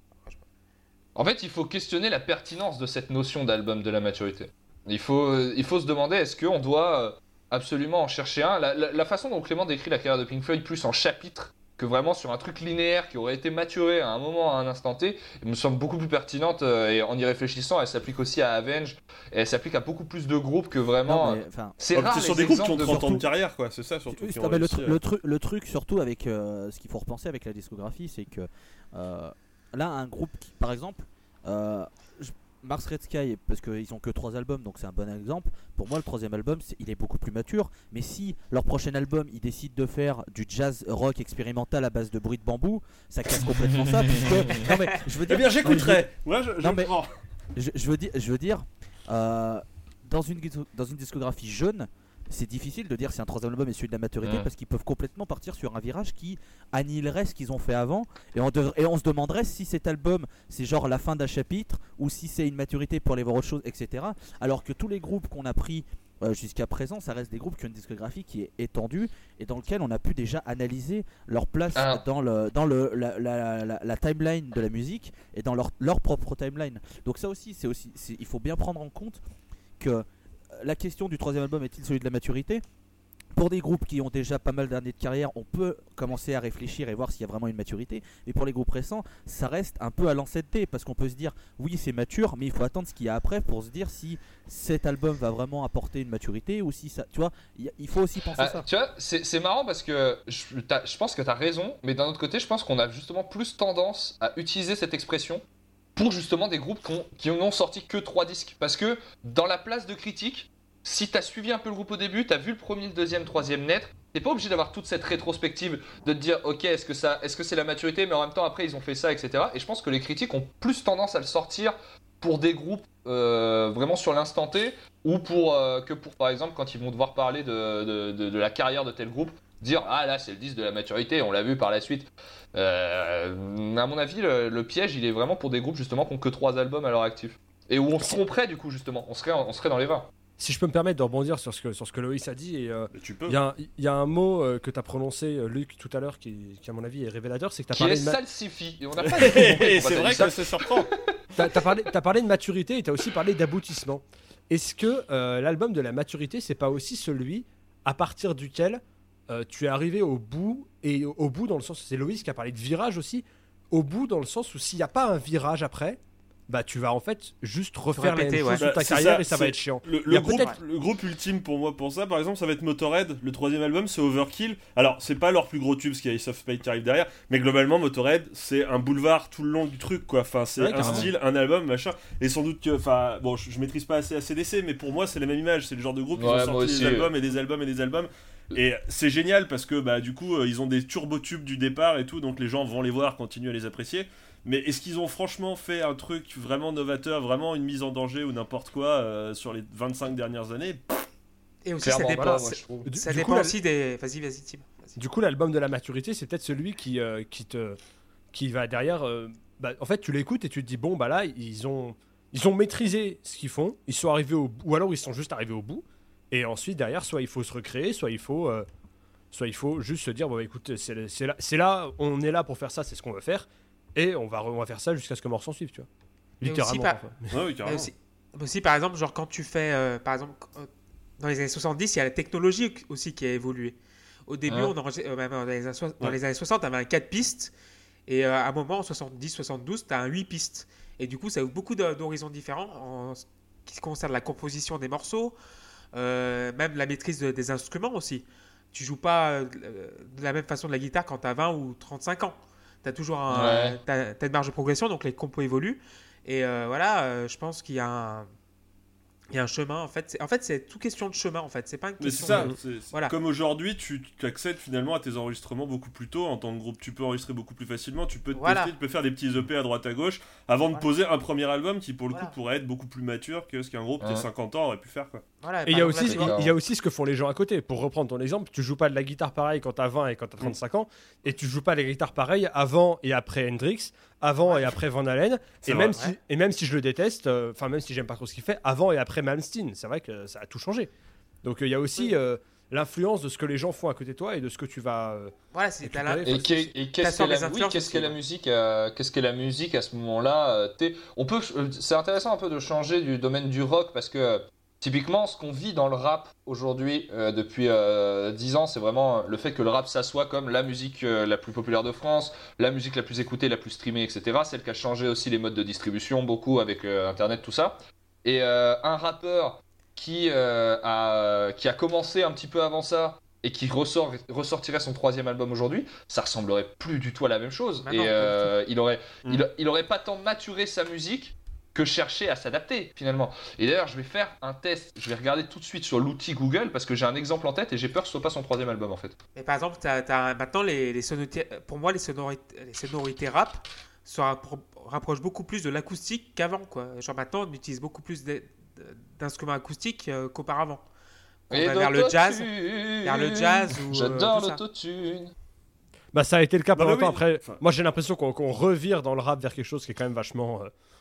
En fait, il faut questionner la pertinence de cette notion d'album de la maturité. Il faut se demander, est-ce qu'on doit absolument en chercher un? La façon dont Clément décrit la carrière de Pink Floyd plus en chapitres que vraiment sur un truc linéaire qui aurait été maturé à un moment, à un instant T, me semble beaucoup plus pertinente, et en y réfléchissant, elle s'applique aussi à Avenge, et elle s'applique à beaucoup plus de groupes que vraiment... c'est rare, c'est sur des groupes qui ont 30 ans de carrière, quoi, c'est ça surtout. Le truc surtout avec ce qu'il faut repenser avec la discographie, c'est que là, un groupe qui, par exemple... Mars Red Sky, parce qu'ils ont que 3 albums, donc c'est un bon exemple. Pour moi, le 3e album, il est beaucoup plus mature. Mais si leur prochain album, ils décident de faire du jazz rock expérimental à base de bruit de bambou, ça casse complètement ça. Puisque... Non mais je veux dire, eh bien, j'écouterai. Je veux dire, dans une discographie jeune, c'est difficile de dire si un 3e album est celui de la maturité, parce qu'ils peuvent complètement partir sur un virage qui annihilerait ce qu'ils ont fait avant, et on se demanderait si cet album c'est genre la fin d'un chapitre ou si c'est une maturité pour aller voir autre chose, etc. Alors que tous les groupes qu'on a pris jusqu'à présent, ça reste des groupes qui ont une discographie qui est étendue et dans lequel on a pu déjà analyser leur place dans la timeline de la musique et dans leur propre timeline. Donc ça aussi, il faut bien prendre en compte que la question du troisième album est-il celui de la maturité ? Pour des groupes qui ont déjà pas mal d'années de carrière, on peut commencer à réfléchir et voir s'il y a vraiment une maturité. Mais pour les groupes récents, ça reste un peu à l'ancienneté parce qu'on peut se dire oui c'est mature, mais il faut attendre ce qu'il y a après pour se dire si cet album va vraiment apporter une maturité ou si ça, tu vois, il faut aussi penser ça. Tu vois, c'est marrant parce que je pense que tu as raison, mais d'un autre côté, je pense qu'on a justement plus tendance à utiliser cette expression pour justement des groupes qui n'ont sorti que 3 disques. Parce que dans la place de critique, si t'as suivi un peu le groupe au début, t'as vu le premier, le deuxième, troisième naître, t'es pas obligé d'avoir toute cette rétrospective de te dire ok est-ce que c'est la maturité, mais en même temps après ils ont fait ça, etc. Et je pense que les critiques ont plus tendance à le sortir pour des groupes vraiment sur l'instant T ou que pour par exemple quand ils vont devoir parler de la carrière de tel groupe, dire ah là c'est le disque de la maturité, on l'a vu par la suite. À mon avis le piège il est vraiment pour des groupes justement qui ont que 3 albums à leur actif et où on se tromperait du coup justement, on serait dans les 20. Si je peux me permettre de rebondir sur ce que Loïs a dit, et Tu peux. il y a un mot que tu as prononcé, Luc, tout à l'heure, qui à mon avis est révélateur, c'est que tu as Qui parlé est de salsifie, et on n'a pas compris C'est vrai que c'est surprend. t'as parlé de maturité et tu as aussi parlé d'aboutissement. Est-ce que l'album de la maturité, c'est pas aussi celui à partir duquel tu es arrivé au bout, et au bout dans le sens, c'est Loïs qui a parlé de virage aussi, au bout dans le sens où s'il n'y a pas un virage après, bah tu vas en fait juste refaire la même chose sur ta carrière et ça va être chiant. Le groupe ultime pour moi pour ça, par exemple, ça va être Motorhead. Le 3ème album, c'est Overkill. Alors, c'est pas leur plus gros tube, parce qu'il y a Ace of Spades qui arrive derrière, mais globalement, Motorhead, c'est un boulevard tout le long du truc, quoi. Enfin, c'est un style, un album, machin. Et sans doute que, enfin, bon, je maîtrise pas assez ACDC, mais pour moi, c'est la même image. C'est le genre de groupe qui ont sorti des albums et des albums et des albums. Et c'est génial parce que, bah, du coup, ils ont des turbo-tubes du départ et tout, donc les gens vont les voir, continuent à les apprécier. Mais est-ce qu'ils ont franchement fait un truc vraiment novateur, vraiment une mise en danger ou n'importe quoi sur les 25 dernières années? Et aussi, ça dépend, ça dépend aussi des... Vas-y, Tim. Du coup, l'album de la maturité, c'est peut-être celui qui va derrière... en fait, tu l'écoutes et tu te dis, bon, bah là, ils ont maîtrisé ce qu'ils font, ils sont arrivés au bout, ou alors ils sont juste arrivés au bout, et ensuite, derrière, soit il faut se recréer, soit il faut juste se dire, bon, bah, écoute, c'est là, on est là pour faire ça, c'est ce qu'on veut faire. Et on va faire ça jusqu'à ce que mort s'en suive, tu vois. Littéralement. Oui, carrément. Aussi, par exemple, genre quand tu fais, par exemple, dans les années 70, il y a la technologie aussi qui a évolué. Au début, même dans les années 60, tu avais un 4 pistes. Et à un moment, en 70-72, tu as un 8 pistes. Et du coup, ça ouvre beaucoup d'horizons différents en ce qui concerne la composition des morceaux, même la maîtrise des instruments aussi. Tu joues pas de la même façon de la guitare quand tu as 20 ou 35 ans. Tu as toujours t'as une marge de progression, donc les compos évoluent. Et je pense qu'il y a un chemin. En fait, c'est tout question de chemin. En fait, c'est pas une question. Mais c'est ça. Comme aujourd'hui, tu accèdes finalement à tes enregistrements beaucoup plus tôt. En tant que groupe, tu peux enregistrer beaucoup plus facilement. Tu peux te tester, tu peux faire des petits EP à droite à gauche avant de poser un premier album qui, pour le coup, pourrait être beaucoup plus mature que ce qu'un groupe qui a 50 ans aurait pu faire, quoi. Et il y a aussi ce que font les gens à côté. Pour reprendre ton exemple, tu joues pas de la guitare pareil quand t'as 20 et quand t'as 35 ans, et tu joues pas la guitare pareil avant et après Hendrix, avant et après Van Halen, et même si je le déteste, même si j'aime pas trop ce qu'il fait, avant et après Malmsteen, c'est vrai que ça a tout changé. Donc il y a aussi l'influence de ce que les gens font à côté de toi et de ce que tu vas. Qu'est-ce qu'est la musique à ce moment-là c'est intéressant un peu de changer du domaine du rock parce que typiquement ce qu'on vit dans le rap aujourd'hui depuis 10 ans, c'est vraiment le fait que le rap s'assoit comme la musique la plus populaire de France, la musique la plus écoutée, la plus streamée, etc. Celle qui a changé aussi les modes de distribution beaucoup avec Internet, tout ça. Et un rappeur qui a commencé un petit peu avant ça et qui ressortirait son 3e album aujourd'hui, ça ressemblerait plus du tout à la même chose. Il aurait pas tant maturé sa musique que chercher à s'adapter finalement. Et d'ailleurs, je vais faire un test, je vais regarder tout de suite sur l'outil Google parce que j'ai un exemple en tête et j'ai peur que ce soit pas son 3e album en fait. Mais par exemple, t'as maintenant les sonorités, pour moi les sonorités rap se rapprochent beaucoup plus de l'acoustique qu'avant, quoi. Genre maintenant, on utilise beaucoup plus d'instruments acoustiques qu'auparavant. Vers le jazz ou j'adore l'autotune. Bah ça a été le cas pendant longtemps. Après, moi j'ai l'impression qu'on revire dans le rap vers quelque chose qui est quand même vachement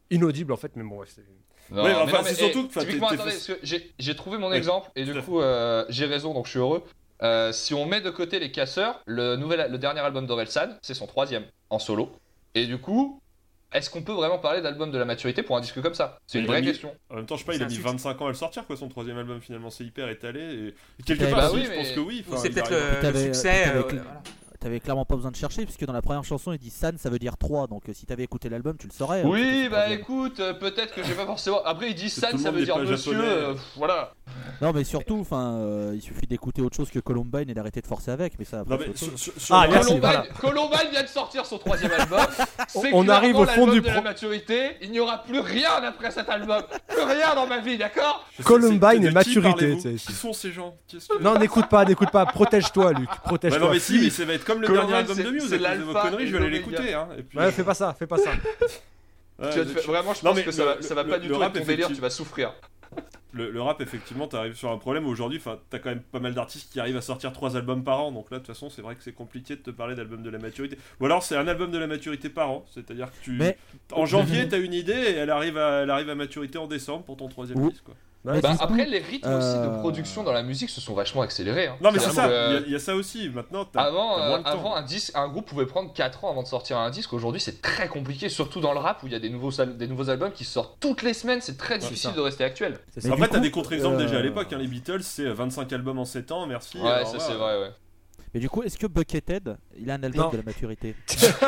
inaudible en fait, mais bon, ouais, c'est... Non, Ouais, mais enfin, non, mais, c'est surtout que, typiquement, t'es attendez, face- parce que j'ai trouvé mon Ouais, exemple et tout du à coup, j'ai raison, donc je suis heureux. Si on met de côté les casseurs, le dernier album d'Orelsan, c'est son 3e en solo. Et du coup, est-ce qu'on peut vraiment parler d'album de la maturité pour un disque comme ça? C'est une Il a vraie mis- question. En même temps, je sais pas, il C'est a un mis succès. 25 ans à le sortir, quoi, son 3e album, finalement, c'est hyper étalé. Et quelque Bah part, si, oui, je pense mais- que oui. Ou enfin, c'est il peut-être arrive- le T'avais- succès. t'avais- Voilà. T'avais clairement pas besoin de chercher, puisque dans la première chanson, il dit San, ça veut dire 3. Donc si t'avais écouté l'album, tu le saurais. Oui, c'était son bah troisième. écoute, peut-être que j'ai pas forcément. Après, il dit Que San, tout le ça monde veut n'est dire pas monsieur, japonais. voilà. Non, mais surtout, il suffit d'écouter autre chose que Columbine et d'arrêter de forcer avec. Mais ça, après, Non, c'est mais autre chose. sur Ah, le merci, rap, voilà. Columbine vient de sortir son 3e album. C'est On arrive au clairement fond du l'album de la maturité. Il n'y aura plus rien après cet album. Plus rien dans ma vie, d'accord? je sais- Columbine c'est- et de qui maturité, parlez-vous tu sais. Qui sont ces gens? Qu'est-ce que- Non, n'écoute pas, protège-toi, Luc, Bah protège-toi. non mais si, Fuis. mais ça va être comme le Columbine, dernier album de c'est- Muse, c'est à cause de vos l'alpha conneries, et je vais aller l'oméga. l'écouter, hein. Et puis, Ouais, fais pas ça. ouais, Vraiment, je Non, pense mais que ça va pas du le tout rap, être ton délire, effectivement- tu vas souffrir. le rap, effectivement, t'arrives sur un problème où aujourd'hui, enfin, t'as quand même pas mal d'artistes qui arrivent à sortir 3 albums par an, donc là, de toute façon, c'est vrai que c'est compliqué de te parler d'album de la maturité. Ou alors, c'est un album de la maturité par an, c'est-à-dire que Mais- en janvier, t'as une idée et elle arrive à maturité en décembre pour ton 3e Ou- disque, quoi. Ouais, Bah, c'est- Après, les rythmes aussi de Euh, production dans la musique se sont vachement accélérés. Hein. Non, mais c'est C'est-à-dire ça, que, il y a ça aussi. Maintenant, t'as Avant, t'as moins de temps. avant un groupe pouvait prendre 4 ans avant de sortir un disque. Aujourd'hui, c'est très compliqué, surtout dans le rap où il y a des nouveaux albums qui sortent toutes les semaines. C'est très difficile ça. de rester actuel. c'est Mais ça. du Après, t'as coup, des contre-exemples déjà à euh, l'époque, hein, les Beatles, c'est 25 albums en 7 ans, merci. Ouais, alors ça là, c'est vrai, ouais. Mais du coup, est-ce que Buckethead, il a un album Non. de la maturité?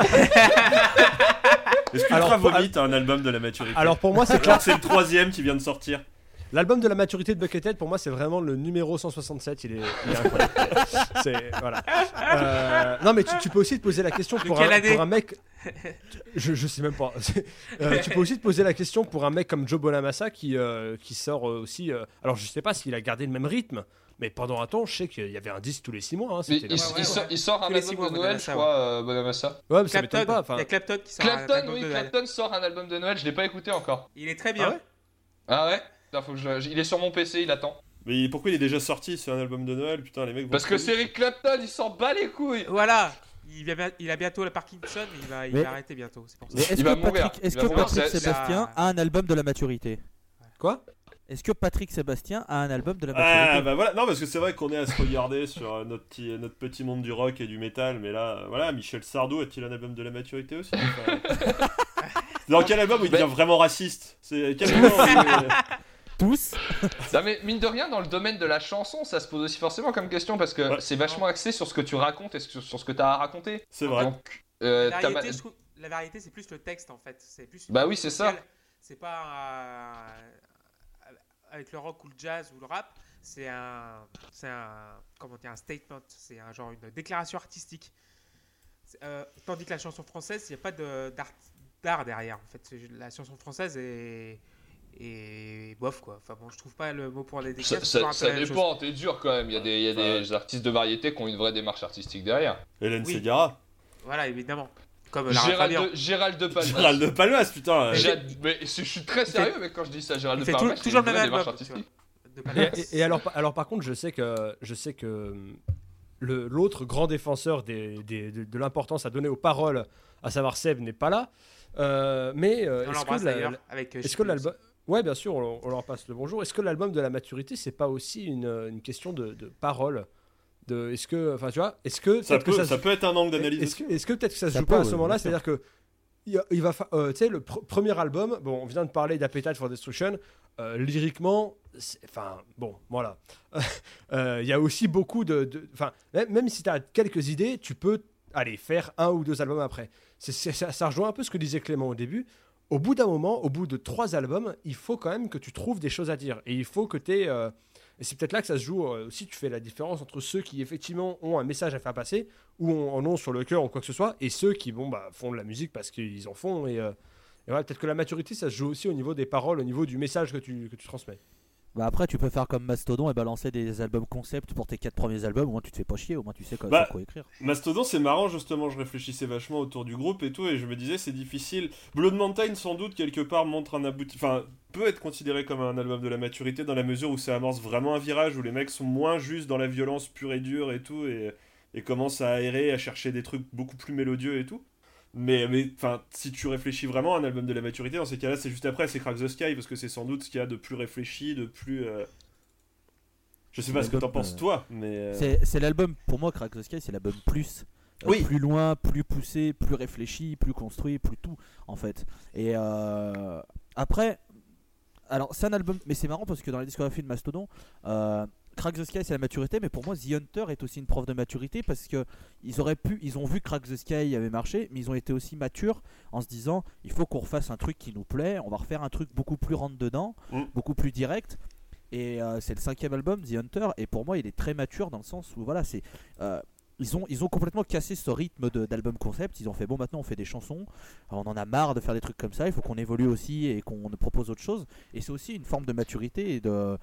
Est-ce que Alors, Ultra Vomit a un album de la maturité? Alors pour moi, c'est Alors clair. que c'est le 3e qui vient de sortir. L'album de la maturité de Buckethead, pour moi, c'est vraiment le numéro 167. Il est incroyable. C'est voilà. Non, mais tu peux aussi te poser la question pour quelle année un mec. Je sais même pas. Tu peux aussi te poser la question pour un mec comme Joe Bonamassa qui sort aussi. Alors je sais pas s'il a gardé le même rythme, mais pendant un temps, je sais qu'il y avait un disque tous les 6 mois. Hein, Mais c'était il sort un Tous les album 6 mois, de Noël, Bonamassa, je crois, Bonamassa. Ouais, mais ça m'étonne Clapton, pas. il Enfin, y a Clapton qui sort un Clapton, album oui, de Noël. Clapton sort un album de Noël. Je l'ai pas écouté encore. Il est très Ah bien. ouais Ah ouais? Putain, faut que il est sur mon PC, il attend. Mais pourquoi il est déjà sorti? C'est un album de Noël, putain, les mecs vont Parce que c'est Eric Clapton, il s'en bat les couilles. Voilà. Il a bientôt la Parkinson, mais il Mais- va arrêter bientôt. C'est pour ça. Mais est-ce Il que va mourir. Patrick, est-ce Il va que mourir, Patrick c'est- Sébastien a un album de la maturité? quoi? Est-ce que Patrick Sébastien a un album de la Ah maturité? bah voilà, non parce que c'est vrai qu'on est à se regarder sur notre petit monde du rock et du métal, mais là, voilà, Michel Sardou a-t-il un album de la maturité aussi? Enfin, dans quel album où il devient vraiment raciste? C'est quel moment Tous? Non mais mine de rien, dans le domaine de la chanson, ça se pose aussi forcément comme question parce que Ouais. c'est vachement axé sur ce que tu racontes et sur ce que tu as à raconter. C'est vrai. Donc, La t'as variété, je trouve- la variété, c'est plus le texte en fait. C'est plus. Bah oui, c'est ça. C'est pas avec le rock ou le jazz ou le rap. C'est un comment dire, un statement. C'est un genre une déclaration artistique. Tandis que la chanson française, il n'y a pas d'art derrière. En fait, la chanson française est bof quoi. Enfin bon, je trouve pas le mot pour la décrire. c'est toujours un peu Ça la même chose. dépend, t'es dur quand même. Il y a des artistes de variété qui ont une vraie démarche artistique derrière. Hélène Oui. Ségara. Voilà, évidemment. Comme Lara Fabian. Gérald de Palmas. Gérald de Palmas, putain. Mais je suis très sérieux mec, quand je dis ça, Gérald Il de fait Palmas. toujours le une même vraie démarche album. tu vois, artistique. de Palmas. Et alors par contre, je sais que l'autre grand défenseur de l'importance à donner aux paroles, à savoir Seb, n'est pas là. Mais On est-ce l'embrasse que d'ailleurs. Avec est-ce que Chico l'album... Ouais, bien sûr, on leur passe le bonjour. Est-ce que l'album de la maturité, c'est pas aussi une question de paroles est-ce que, enfin, tu vois, est-ce que Ça peut-être que peut être un angle d'analyse. est-ce que peut-être que ça se Ça joue peut, pas à ouais, ce moment-là, bien sûr. c'est-à-dire que il va, tu sais, le premier album, bon, on vient de parler d'Appetite for Destruction, lyriquement, enfin, bon, voilà. Il y a aussi beaucoup enfin, même si tu as quelques idées, tu peux aller faire 1 ou 2 albums après. Ça rejoint un peu ce que disait Clément au début. Au bout d'un moment, au bout de 3 albums, il faut quand même que tu trouves des choses à dire. Et il faut que tu aies... et c'est peut-être là que ça se joue aussi, tu fais la différence entre ceux qui effectivement ont un message à faire passer, ou en ont sur le cœur ou quoi que ce soit, et ceux qui font de la musique parce qu'ils en font. Et voilà, peut-être que la maturité, ça se joue aussi au niveau des paroles, au niveau du message que tu transmets. Bah après, tu peux faire comme Mastodon et balancer des albums concept pour tes 4 premiers albums. Au moins, tu te fais pas chier. Au moins, tu sais quoi, Bah, sur quoi écrire. Mastodon, c'est marrant, justement, je réfléchissais vachement autour du groupe et tout, et je me disais, c'est difficile. Blood Mountain, sans doute, quelque part, montre un enfin, peut être considéré comme un album de la maturité, dans la mesure où ça amorce vraiment un virage, où les mecs sont moins juste dans la violence pure et dure et tout, et commencent à aérer, à chercher des trucs beaucoup plus mélodieux et tout. Mais enfin, si tu réfléchis vraiment à un album de la maturité, dans ces cas-là, c'est juste après, c'est Crack the Sky, parce que c'est sans doute ce qu'il y a de plus réfléchi, de plus... Je sais pas ce que t'en penses toi, mais... C'est l'album, pour moi, Crack the Sky, c'est l'album plus. Oui. Plus loin, plus poussé, plus réfléchi, plus construit, plus tout, en fait. Et après, alors c'est un album, mais c'est marrant parce que dans la discographie de Mastodon, Crack the Sky c'est la maturité, mais pour moi The Hunter est aussi une preuve de maturité parce que ils ont vu que Crack the Sky avait marché, mais ils ont été aussi matures en se disant il faut qu'on refasse un truc qui nous plaît, on va refaire un truc beaucoup plus rentre dedans, beaucoup plus direct. Et c'est le 5e album, The Hunter, et pour moi il est très mature dans le sens où voilà, c'est ils ont complètement cassé ce rythme d'album concept. Ils ont fait bon, maintenant on fait des chansons, on en a marre de faire des trucs comme ça, il faut qu'on évolue aussi et qu'on propose autre chose. Et c'est aussi une forme de maturité et de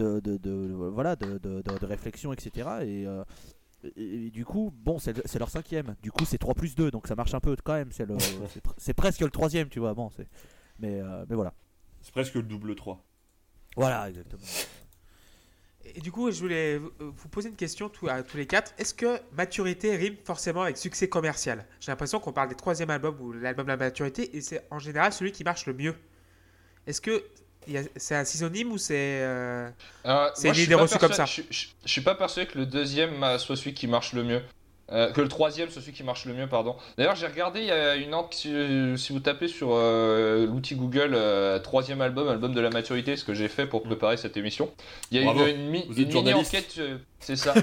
réflexion, etc. Et du coup, bon, c'est leur 5e. Du coup, c'est 3+2, donc ça marche un peu quand même. C'est presque le 3e, tu vois. Bon, mais voilà. C'est presque le double 3. Voilà, exactement. Et du coup, je voulais vous poser une question à tous les 4. Est-ce que maturité rime forcément avec succès commercial ? J'ai l'impression qu'on parle des 3e albums ou l'album de la maturité et c'est en général celui qui marche le mieux. Est-ce que c'est un synonyme ou c'est une idée reçue comme ça ? Je suis pas persuadé que le 2e soit celui qui marche le mieux. Que le 3e soit celui qui marche le mieux, pardon. D'ailleurs, j'ai regardé, il y a une si vous tapez sur l'outil Google 3e album de la maturité, ce que j'ai fait pour préparer cette émission, il y a une mini-enquête, c'est ça,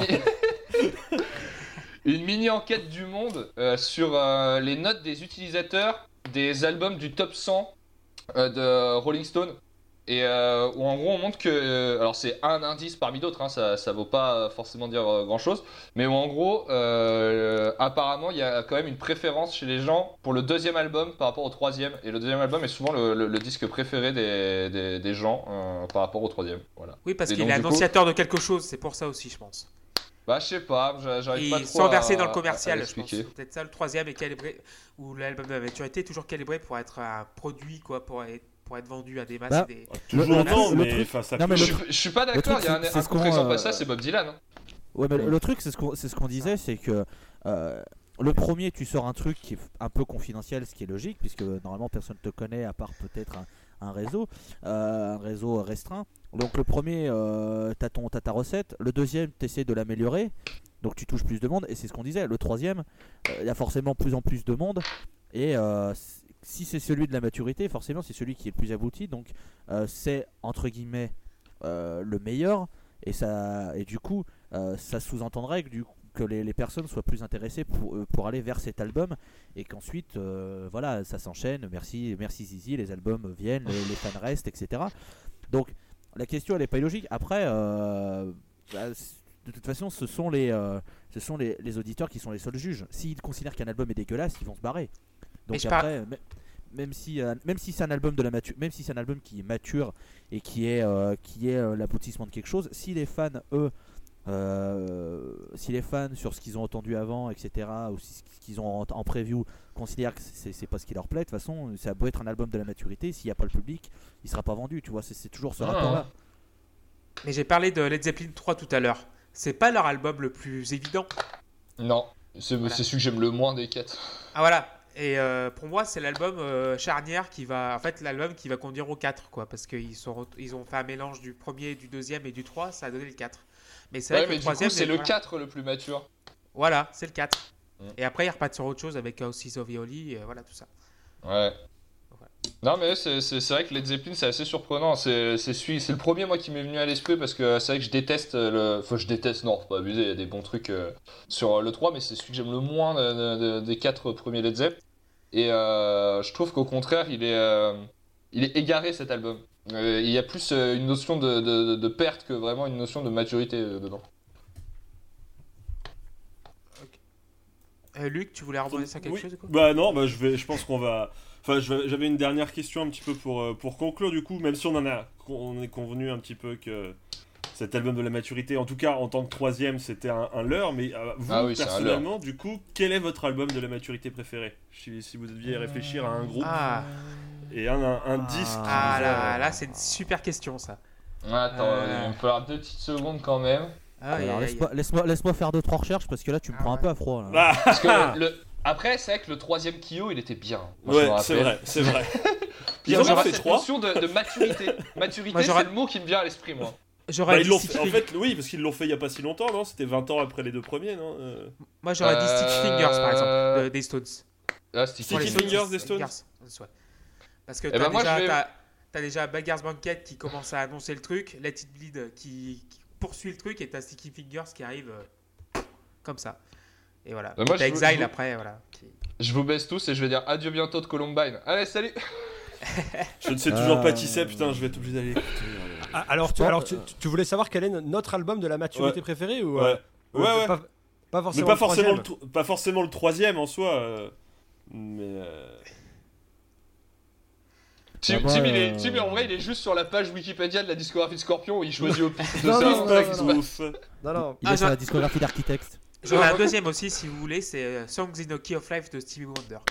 une mini-enquête du Monde sur les notes des utilisateurs des albums du top 100 de Rolling Stone. Et où en gros on montre que, alors c'est un indice parmi d'autres, hein, ça vaut pas forcément dire grand chose, mais où en gros apparemment il y a quand même une préférence chez les gens pour le 2e album par rapport au 3e, et le 2e album est souvent le disque préféré des gens par rapport au 3e. Voilà. Oui, parce qu'il est annonciateur de quelque chose, c'est pour ça aussi, je pense. Bah je sais pas, j'arrive pas trop sans verser dans le commercial, je pense. Peut-être ça, le 3e est calibré, ou l'album de la maturité est toujours calibré pour être un produit, quoi, pour être vendu à des masses. Toujours non, mais je suis pas d'accord, il y a un exemple à ça, c'est Bob Dylan. Hein. Ouais, mais le truc, c'est ce qu'on disait, c'est que le premier, tu sors un truc qui est un peu confidentiel, ce qui est logique, puisque normalement personne ne te connaît à part peut-être un réseau restreint. Donc le premier, t'as ta recette. Le deuxième, t'essaies de l'améliorer, donc tu touches plus de monde. Et c'est ce qu'on disait. Le troisième, il y a forcément plus en plus de monde. Et si c'est celui de la maturité, forcément c'est celui qui est le plus abouti. Donc c'est entre guillemets le meilleur. Et du coup, ça sous-entendrait que les personnes soient plus intéressées pour aller vers cet album, et qu'ensuite voilà, ça s'enchaîne, merci Zizi, les albums viennent, les fans restent, etc. Donc la question elle est pas illogique. Après de toute façon ce sont les auditeurs qui sont les seuls juges. S'ils considèrent qu'un album est dégueulasse, ils vont se barrer. Donc après même si c'est un album même si c'est un album qui est mature et qui est l'aboutissement de quelque chose, si les fans sur ce qu'ils ont entendu avant, etc., ou ce qu'ils ont en preview considèrent que c'est pas ce qui leur plaît, de toute façon ça a beau être un album de la maturité, s'il n'y a pas le public, il sera pas vendu, tu vois, c'est toujours ce rapport là. Mais j'ai parlé de Led Zeppelin 3 tout à l'heure, c'est pas leur album le plus évident. Non, c'est celui que j'aime le moins des 4. Ah voilà. Et pour moi, c'est l'album charnière l'album qui va conduire au 4, quoi, parce qu'ils ont fait un mélange du premier, du deuxième et du 3, ça a donné le 4. Mais c'est vrai que le troisième, c'est le 4 le plus mature. Voilà, c'est le 4. Et après, ils repartent sur autre chose avec Houses of the Holy, voilà tout ça. Ouais. Non mais c'est vrai que Led Zeppelin c'est assez surprenant, c'est le premier moi qui m'est venu à l'esprit, parce que c'est vrai que je déteste non, faut pas abuser, il y a des bons trucs sur le 3, mais c'est celui que j'aime le moins des 4 premiers Led Zeppelin. Et je trouve qu'au contraire il est égaré cet album. Il y a plus une notion de perte que vraiment une notion de maturité dedans. Luc, tu voulais rebondir sur quelque chose, quoi ? Bah non, je pense qu'on va... Enfin, j'avais une dernière question un petit peu pour conclure, du coup, même si on est convenu un petit peu que cet album de la maturité, en tout cas en tant que troisième, c'était un leurr, mais vous, personnellement, du coup, quel est votre album de la maturité préféré ? Si vous deviez réfléchir à un groupe et un disque... Là, c'est une super question, ça. Attends, il me faudra 2 petites secondes quand même. Alors laisse-moi faire 2-3 recherches, parce que là tu me prends un peu à froid là. Parce que Après, c'est vrai que le troisième Kyo, il était bien. Moi, je me Ouais, c'est rappelle. vrai, c'est vrai. Il y Ils a en ont vraiment fait cette 3. notion de maturité. Maturité, Moi, j'aurais- c'est le mot qui me vient à l'esprit, moi. J'aurais Bah, ils dit l'ont Sticky fait, en Fing- fait, oui, parce qu'ils l'ont fait il y a pas si longtemps, non? C'était 20 ans après les deux premiers, non? Moi, j'aurais dit Sticky Fingers, par exemple, des Stones. Ah, Sticky Sticky Les Fingers Stones, des Stones. ouais. Parce que Eh ben, moi, je vais- t'as déjà Beggars Banquet qui commence à annoncer le truc, Let It Bleed qui poursuit le truc, et t'as Sticky Fingers qui arrive comme ça. Et voilà. Moi, T'as je veux- Exile après, voilà. Je vous baisse tous et je vais dire adieu bientôt de Columbine. Allez, salut. Je ne sais toujours pas qui c'est, putain, je vais être obligé d'aller écouter. Ah, alors, tu voulais savoir quel est notre album de la maturité Ouais. préféré ou Ouais. Ouais. Pas Mais forcément pas le forcément, troisième. pas forcément le troisième en soi. Mais. Tim, moi, Tim, en vrai, il est juste sur la page Wikipédia de la discographie de Scorpion où il choisit au pif. Non, C'est non, ça, non, qui se non, passe. Non, non. Il est sur j'ai- la discographie d'Architect. J'en ai un deuxième aussi, si vous voulez, c'est Songs in the Key of Life de Stevie Wonder.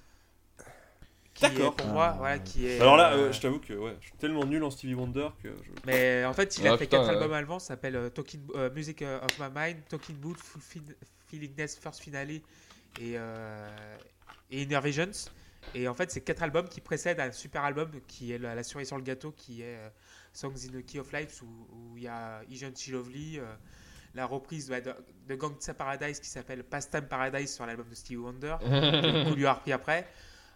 Qui D'accord. est, pour moi, voilà, qui est. Alors là, je t'avoue que je suis tellement nul en Stevie Wonder que. Mais en fait, il a Ah, fait putain, 4 ouais. albums avant, ça s'appelle Music of My Mind, Talking Boot, Feelingness, First Finale et Inner Visions. Et en fait, c'est 4 albums qui précèdent un super album qui est la cerise sur le gâteau, qui est Songs in the Key of Life, où il y a Isn't She Lovely, la reprise de Gangsta Paradise qui s'appelle Pastime Paradise sur l'album de Stevie Wonder, que beaucoup lui a repris après.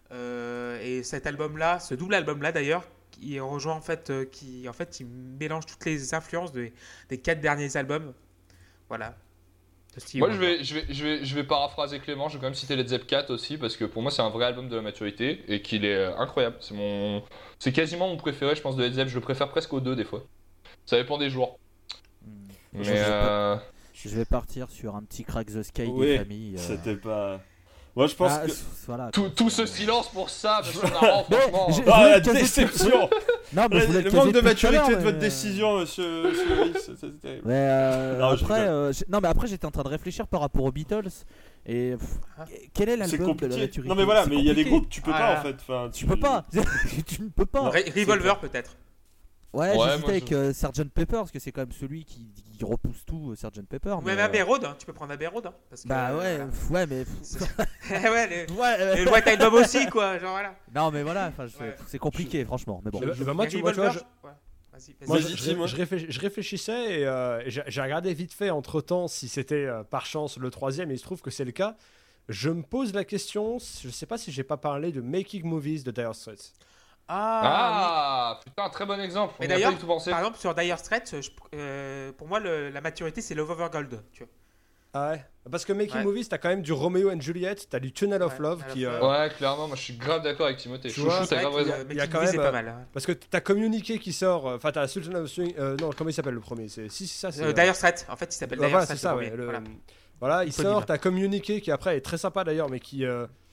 Et cet album-là, ce double album-là d'ailleurs, il rejoint en fait, il mélange toutes les influences des 4 derniers albums. Voilà. De Stevie Moi, Wonder. je vais paraphraser Clément. Je vais quand même citer Led Zepp 4 aussi parce que pour moi, c'est un vrai album de la maturité et qu'il est incroyable. C'est quasiment mon préféré, je pense, de Led Zepp. Je le préfère presque aux deux des fois. Ça dépend des jours. Mais Je vais partir sur un petit Crack the Sky Oui, des familles. C'était pas. Moi, je pense que. Voilà, tout ce silence pour ça, monsieur Narran, Mais franchement. j'ai- Ah, la Je voulais le caser déception! Non, mais je voulais Le caser manque de depuis tout à maturité l'heure, de votre mais- décision, monsieur Loïs, c'est terrible. Mais Non, je après, rigole. non, mais après j'étais en train de réfléchir par rapport aux Beatles et quel est C'est l'album de la compliqué. maturité? Non, mais voilà, C'est mais il y a des compliqué. groupes, tu peux Ah, pas là. en fait. Enfin, Tu peux pas. Tu ne peux pas. Revolver peut-être. Ouais, Ouais, j'hésitais moi, avec Sgt Pepper parce que c'est quand même celui qui repousse tout, Sgt Pepper. Ou mais, même Abbey Road, hein. Tu peux prendre Abbey Road. Hein, parce que, Bah ouais, voilà. ouais, mais Ouais, ouais. et le White Album aussi, quoi. Genre voilà. Non, mais voilà, Ouais. c'est compliqué, franchement. Mais bon. Eh ben, moi, Et tu vois, Revolver, ouais. Vas-y, Moi, Vas-y, dis-moi. je réfléchissais et j'ai regardé vite fait entre temps si c'était par chance le troisième et il se trouve que c'est le cas. Je me pose la question, je sais pas si j'ai pas parlé de Making Movies de Dire Straits. Ah, oui. Putain, très bon exemple. Mais On y a d'ailleurs, pas du tout pensé. par exemple, sur Dire Straits, pour moi, la maturité, c'est Love Over Gold. Tu vois. Ah ouais. Parce que Making Ouais. Movies, t'as quand même du Romeo and Juliet, t'as du Tunnel of Ouais, Love Tunnel qui. of Love. Ouais, clairement, moi je suis grave d'accord avec Timothée. Tu Chouchou, vois, t'as C'est grave vrai raison. que Il y a Making quand Movies, c'est même, pas mal. Hein. Parce que t'as Communiqué qui sort, enfin t'as Sultan of Swing, non, comment il s'appelle le premier? Si, ça c'est. Dire Straits, en fait, il s'appelle Ouais, Dire voilà, Straits. c'est ça, le ouais. premier. Voilà. Voilà, il Disponible. sort, t'as Communiqué qui après est très sympa d'ailleurs, mais qui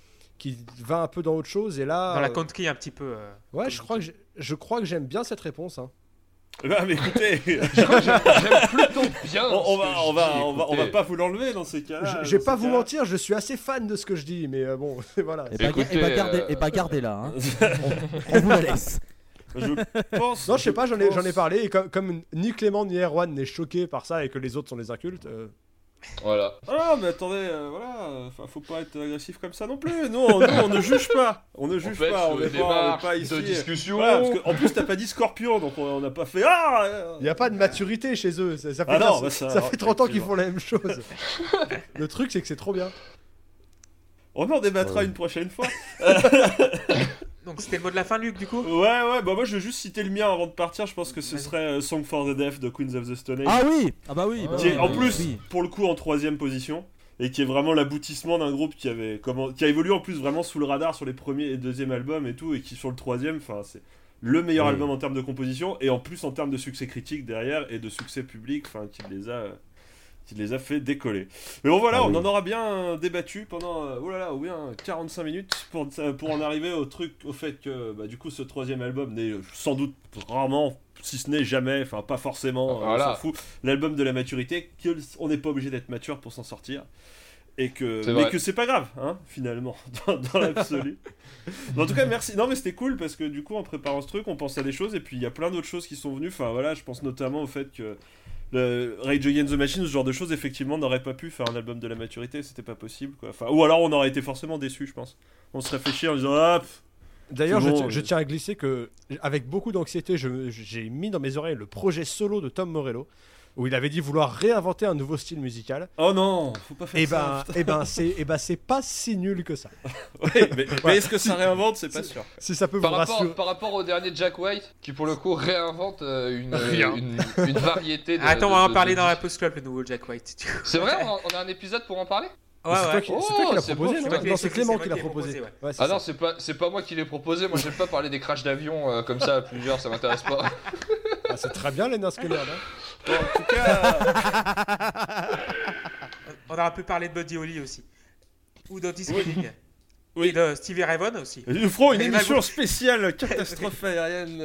va un peu dans autre chose. Et là. Dans la country, un petit peu. Ouais, je crois que j'aime bien cette réponse. Hein. Bah, mais écoutez, J'aime plutôt bien. on ce que je va dis, on va écoutez. pas vous l'enlever dans ces cas-là. Je vais dans pas ces vous cas-là. mentir, je suis assez fan de ce que je dis, mais bon, voilà. Écoutez, gardez-la. Hein. On vous la laisse. Je pense. Non, je sais pas, j'en ai pense- parlé, et comme ni Clément ni Erwan n'est choqué par ça et que les autres sont des incultes. Voilà. Ah non, mais attendez, voilà, faut pas être agressif comme ça non plus. Nous, on ne juge pas. On ne juge fait, pas. On sur n'est des pas, on est démarches pas de ici. discussion. Voilà, parce que, en plus, t'as pas dit Scorpion, donc on n'a pas fait. Il n'y a pas de maturité chez eux, ça fait, Ah non, ça, bah ça ça, fait 30 ans qu'ils effectivement. font la même chose. Le truc, c'est que c'est trop bien. On en débattra une prochaine fois. Donc, c'était le mot de la fin, Luc, du coup. Ouais, bah moi je vais juste citer le mien avant de partir. Je pense que ce serait Song for the Deaf de Queens of the Stone Age. Ah oui. Ah bah oui. bah Qui est oui, en oui, plus, oui. pour le coup, en 3ème position. Et qui est vraiment l'aboutissement d'un groupe qui a évolué en plus vraiment sous le radar sur les premiers et deuxièmes albums et tout. Et qui sur le 3ème, enfin, c'est le meilleur Oui. album en termes de composition. Et en plus en termes de succès critique derrière et de succès public, enfin, qui les a fait décoller. Mais bon voilà, Ah on oui. en aura bien débattu pendant au bien 45 minutes pour en arriver au fait que bah, du coup ce 3ème album n'est sans doute rarement, si ce n'est jamais, enfin pas forcément, Voilà. on s'en fout, l'album de la maturité, qu'on n'est pas obligé d'être mature pour s'en sortir. Et que, C'est mais vrai. que c'est pas grave, hein, finalement, dans l'absolu. Mais en tout cas, merci. Non, mais c'était cool parce que du coup, en préparant ce truc, on pense à des choses et puis il y a plein d'autres choses qui sont venues. Enfin voilà, je pense notamment au fait que le Rage Against the Machine, ce genre de choses, effectivement, n'aurait pas pu faire un album de la maturité, c'était pas possible, quoi. Enfin, ou alors on aurait été forcément déçus, je pense. On se réfléchit en disant, D'ailleurs, c'est bon, je tiens à glisser que, avec beaucoup d'anxiété, j'ai mis dans mes oreilles le projet solo de Tom Morello, où il avait dit vouloir réinventer un nouveau style musical. oh non, faut pas faire ça. C'est pas si nul que ça. Ouais, mais est-ce que ça réinvente, c'est pas sûr. Si ça peut vous Par rassurer. rapport au dernier Jack White, qui pour le coup réinvente une variété de. Attends, on va en parler de dans la disques. Post Club, le nouveau Jack White. C'est vrai, on a un épisode pour en parler? Ouais, C'est toi qui l'as c'est proposé, bon, non putain. Non, c'est Clément moi qui l'a l'ai proposé. ouais. Ouais, c'est Ah ça. non, c'est pas moi qui l'ai proposé. Moi, j'aime pas parler des crashs d'avion comme ça à plusieurs, ça m'intéresse pas. Ah, c'est très bien, Lena Skinner. Bon, en tout cas, On a un peu parlé de Buddy Holly aussi. Ou d'Otis Redding. Oui. Et de Stevie Ray Vaughan aussi. nous ferons une Et émission bah, spéciale catastrophe aérienne.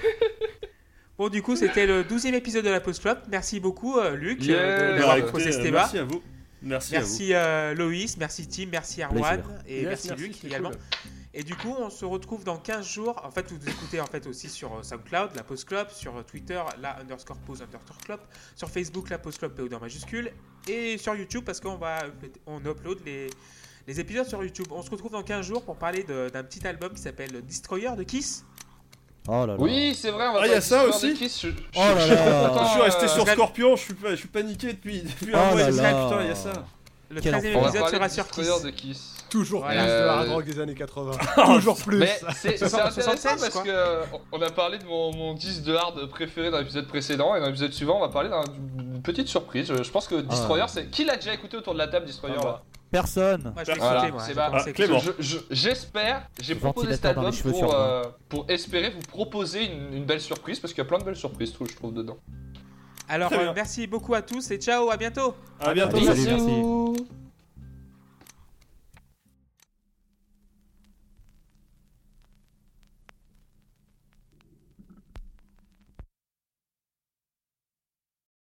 Bon, du coup, c'était le 12e épisode de la Post Club. Merci beaucoup, Luc, Yeah. d'avoir Écoutez, proposé ce débat. merci à vous. Merci à vous. Merci Loïs, merci Tim, merci Arwan Plaisir. et merci Luc c'est également. cool. Et du coup, on se retrouve dans 15 jours. En fait, vous écoutez en fait aussi sur SoundCloud, la Post Club, sur Twitter, la _pause _club, sur Facebook, la Post Club PO en majuscule, et sur YouTube parce qu'on upload les épisodes sur YouTube. On se retrouve dans 15 jours pour parler d'un petit album qui s'appelle Destroyer de Kiss. Oh là là. Oui, c'est vrai, on va Ah, y a pas ça discuter aussi des Kiss, Oh là là. Je suis resté sur Scan- Scorpion, je suis paniqué depuis Oh un mois là et demi. là. Putain, il y a ça. Le Quel 13e On va épisode parler sera de sur Kiss. Destroyer de Kiss. Toujours Ouais. plus de hard rock des années 80. Toujours plus. Mais c'est intéressant 76, parce quoi. que on a parlé de mon disque de hard préféré dans l'épisode précédent et dans l'épisode suivant on va parler d'une petite surprise. Je pense que Destroyer, c'est qui l'a déjà écouté autour de la table Destroyer Ah bah. là Personne. Moi, je l'ai Voilà, écouté, moi. c'est J'ai pas- commencé à Clément. écouter. J'espère, j'ai proposé cet Ventilateur dans album les cheveux sur pour espérer vous proposer une belle surprise parce qu'il y a plein de belles surprises je trouve dedans. Alors, Très bien. merci beaucoup à tous et ciao, à bientôt. À bientôt. Salut, merci.